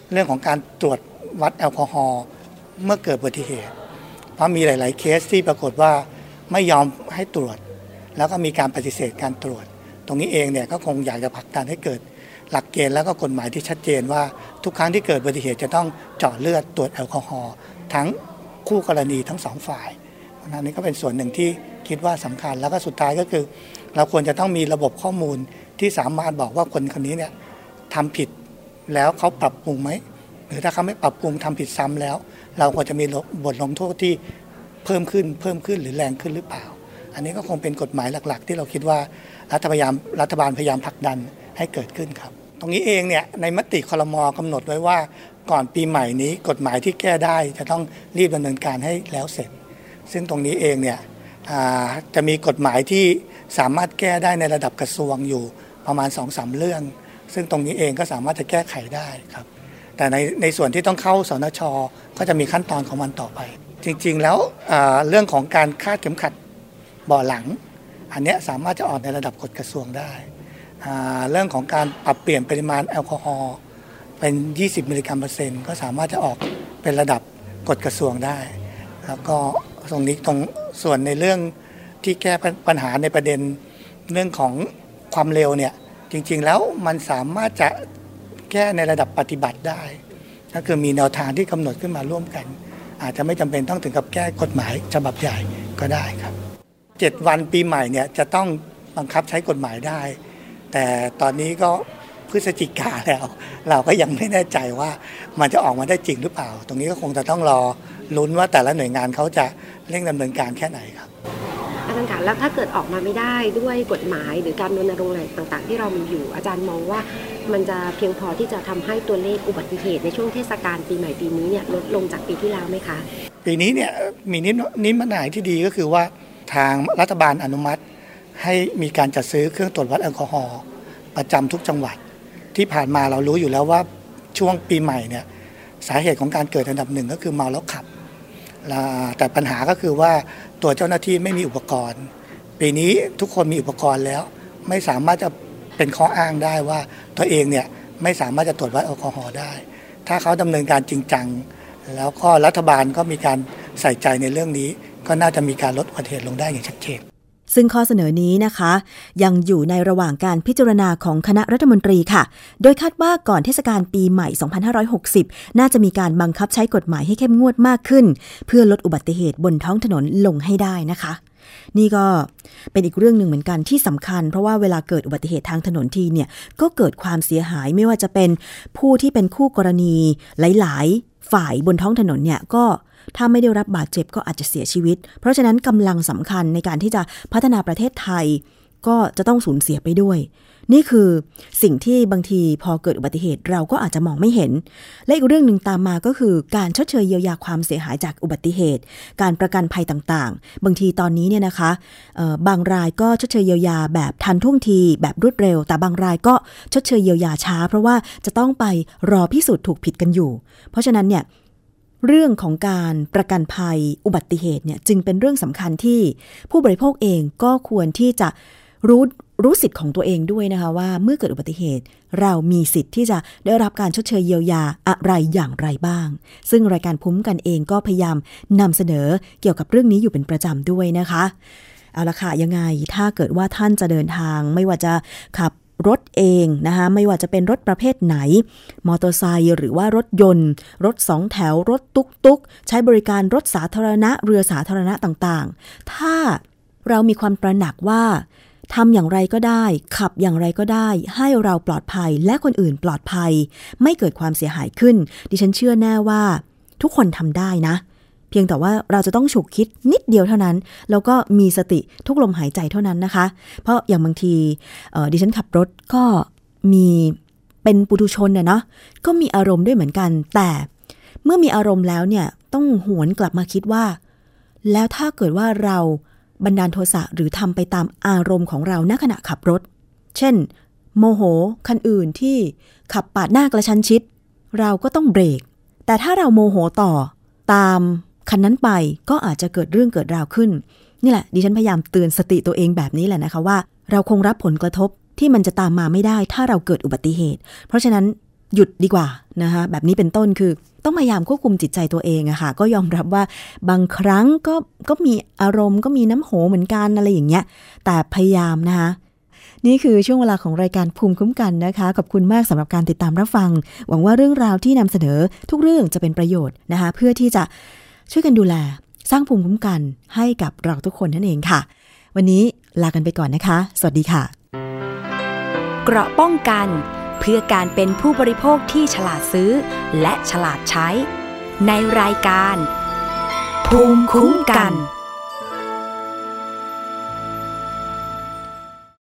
เรื่องของการตรวจวัดแอลกอฮอล์เมื่อเกิดอุบัติเหตุเพราะมีหลายๆเคสที่ปรากฏว่าไม่ยอมให้ตรวจแล้วก็มีการปฏิเสธการตรวจตรงนี้เองเนี่ยก็คงอยากจะผลักดันให้เกิดหลักเกณฑ์แล้วก็กฎหมายที่ชัดเจนว่าทุกครั้งที่เกิดอุบัติเหตุจะต้องเจาะเลือดตรวจแอลกอฮอล์ทั้งคู่กรณีทั้งสองฝ่ายอันนี้ก็เป็นส่วนหนึ่งที่คิดว่าสำคัญแล้วก็สุดท้ายก็คือเราควรจะต้องมีระบบข้อมูลที่สามารถบอกว่าคนคนนี้เนี่ยทำผิดแล้วเขาปรับปรุงไหมหรือถ้าเขาไม่ปรับปรุงทำผิดซ้ำแล้วเราควรจะมีบทลงโทษที่เพิ่มขึ้นเพิ่มขึ้นหรือแรงขึ้นหรือเปล่าอันนี้ก็คงเป็นกฎหมายหลักๆที่เราคิดว่ารัฐบาลรัฐบาลพยายามผลักดันให้เกิดขึ้นครับตรงนี้เองเนี่ยในมติครม.กำหนดไว้ว่าก่อนปีใหม่นี้กฎหมายที่แก้ได้จะต้องรีบดำเนินการให้แล้วเสร็จซึ่งตรงนี้เองเนี่ยจะมีกฎหมายที่สามารถแก้ได้ในระดับกระทรวงอยู่ประมาณ สองถึงสาม เรื่องซึ่งตรงนี้เองก็สามารถจะแก้ไขได้ครับแต่ในในส่วนที่ต้องเข้าสนช.ก็จะมีขั้นตอนของมันต่อไปจริงๆแล้วเรื่องของการคาดเข็มขัดเบาะหลังอันนี้สามารถจะออกในระดับกฎกระทรวงได้เรื่องของการปรับเปลี่ยนปริมาณแอลกอฮอล์เป็นยี่สิบมิลลิกรัมเปอร์เซ็นต์ก็สามารถจะออกเป็นระดับกฎกระทรวงได้แล้วก็ตรงนี้ตรงส่วนในเรื่องที่แก้ปัญหาในประเด็นเรื่องของความเร็วเนี่ยจริงๆแล้วมันสามารถจะแก้ในระดับปฏิบัติได้ก็คือมีแนวทางที่กำหนดขึ้นมาร่วมกันอาจจะไม่จำเป็นต้องถึงกับแก้กฎหมายฉบับใหญ่ก็ได้ครับเจ็ดวันปีใหม่เนี่ยจะต้องบังคับใช้กฎหมายได้แต่ตอนนี้ก็พฤศจิกาแล้วเราก็ยังไม่แน่ใจว่ามันจะออกมาได้จริงหรือเปล่าตรงนี้ก็คงจะต้องรอลุ้นว่าแต่ละหน่วยงานเขาจะเร่งดำเนินการแค่ไหนครับอาจารย์คะแล้วถ้าเกิดออกมาไม่ได้ด้วยกฎหมายหรือการรณรงค์อะไรต่างๆที่เรามีอยู่อาจารย์มองว่ามันจะเพียงพอที่จะทำให้ตัวเลขอุบัติเหตุในช่วงเทศกาลปีใหม่ปีนี้เนี่ยลดลงจากปีที่แล้วไหมคะปีนี้เนี่ยมีนิดนิดหมายที่ดีก็คือว่าทางรัฐบาลอนุมัติให้มีการจัดซื้อเครื่องตรวจวัดแอลกอฮอล์ประจำทุกจังหวัดที่ผ่านมาเรารู้อยู่แล้วว่าช่วงปีใหม่เนี่ยสาเหตุของการเกิดอันดับหนึ่งก็คือเมาแล้วขับแต่ปัญหาก็คือว่าตัวเจ้าหน้าที่ไม่มีอุปกรณ์ปีนี้ทุกคนมีอุปกรณ์แล้วไม่สามารถจะเป็นข้ออ้างได้ว่าตัวเองเนี่ยไม่สามารถจะตรวจวัดแอลกอฮอล์ได้ถ้าเขาดำเนินการจริงจังแล้วก็รัฐบาลก็มีการใส่ใจในเรื่องนี้ก็น่าจะมีการลดอุบัติเหตุลงได้อย่างชัดเจนซึ่งข้อเสนอนี้นะคะยังอยู่ในระหว่างการพิจารณาของคณะรัฐมนตรีค่ะโดยคาดว่าก่อนเทศกาลปีใหม่สองพันห้าร้อยหกสิบน่าจะมีการบังคับใช้กฎหมายให้เข้มงวดมากขึ้นเพื่อลดอุบัติเหตุบนท้องถนนลงให้ได้นะคะนี่ก็เป็นอีกเรื่องหนึ่งเหมือนกันที่สำคัญเพราะว่าเวลาเกิดอุบัติเหตุทางถนนทีเนี่ยก็เกิดความเสียหายไม่ว่าจะเป็นผู้ที่เป็นคู่กรณีหลายๆฝ่ายบนท้องถนนเนี่ยก็ถ้าไม่ได้รับบาดเจ็บก็อาจจะเสียชีวิตเพราะฉะนั้นกำลังสำคัญในการที่จะพัฒนาประเทศไทยก็จะต้องสูญเสียไปด้วยนี่คือสิ่งที่บางทีพอเกิดอุบัติเหตุเราก็อาจจะมองไม่เห็นและอีกเรื่องนึงตามมาก็คือการชดเชยเยียวยาความเสียหายจากอุบัติเหตุการประกันภัยต่างๆบางทีตอนนี้เนี่ยนะคะบางรายก็ชดเชยเยียวยาแบบทันท่วงทีแบบรวดเร็วแต่บางรายก็ชดเชยเยียวยาช้าเพราะว่าจะต้องไปรอพิสูจน์ถูกผิดกันอยู่เพราะฉะนั้นเนี่ยเรื่องของการประกันภัยอุบัติเหตุเนี่ยจึงเป็นเรื่องสำคัญที่ผู้บริโภคเองก็ควรที่จะรู้รู้สิทธิ์ของตัวเองด้วยนะคะว่าเมื่อเกิดอุบัติเหตุเรามีสิทธิ์ที่จะได้รับการชดเชยเยียวยาอะไรอย่างไรบ้างซึ่งรายการภูมิกันเองก็พยายามนำเสนอเกี่ยวกับเรื่องนี้อยู่เป็นประจำด้วยนะคะเอาละค่ะยังไงถ้าเกิดว่าท่านจะเดินทางไม่ว่าจะขับรถเองนะคะไม่ว่าจะเป็นรถประเภทไหนมอเตอร์ไซค์หรือว่ารถยนต์รถสองแถวรถตุ๊กๆใช้บริการรถสาธารณะเรือสาธารณะต่างๆถ้าเรามีความตระหนักว่าทำอย่างไรก็ได้ขับอย่างไรก็ได้ให้เราปลอดภัยและคนอื่นปลอดภัยไม่เกิดความเสียหายขึ้นดิฉันเชื่อแน่ว่าทุกคนทำได้นะเพียงแต่ว่าเราจะต้องฉุกคิดนิดเดียวเท่านั้นแล้วก็มีสติทุกลมหายใจเท่านั้นนะคะเพราะอย่างบางทีดิฉันขับรถก็มีเป็นปุถุชนเนี่ยเนาะก็มีอารมณ์ด้วยเหมือนกันแต่เมื่อมีอารมณ์แล้วเนี่ยต้องหวนกลับมาคิดว่าแล้วถ้าเกิดว่าเราบันดาลโทสะหรือทำไปตามอารมณ์ของเราณขณะขับรถเช่นโมโหคันอื่นที่ขับปาดหน้ากระชั้นชิดเราก็ต้องเบรกแต่ถ้าเราโมโหต่อตามคันนั้นไปก็อาจจะเกิดเรื่องเกิดราวขึ้นนี่แหละดิฉันพยายามเตือนสติตัวเองแบบนี้แหละนะคะว่าเราคงรับผลกระทบที่มันจะตามมาไม่ได้ถ้าเราเกิดอุบัติเหตุเพราะฉะนั้นหยุดดีกว่านะคะแบบนี้เป็นต้นคือต้องพยายามควบคุมจิตใจตัวเองอะค่ะก็ยอมรับว่าบางครั้งก็ก็มีอารมณ์ก็มีน้ำโหเหมือนกันอะไรอย่างเงี้ยแต่พยายามนะคะนี่คือช่วงเวลาของรายการภูมิคุ้มกันนะคะขอบคุณมากสำหรับการติดตามรับฟังหวังว่าเรื่องราวที่นำเสนอทุกเรื่องจะเป็นประโยชน์นะคะเพื่อที่จะช่วยกันดูแลสร้างภูมิคุ้มกันให้กับเราทุกคนนั่นเองค่ะวันนี้ลากันไปก่อนนะคะสวัสดีค่ะเกราะป้องกันเพื่อการเป็นผู้บริโภคที่ฉลาดซื้อและฉลาดใช้ในรายการภูมิคุ้มกัน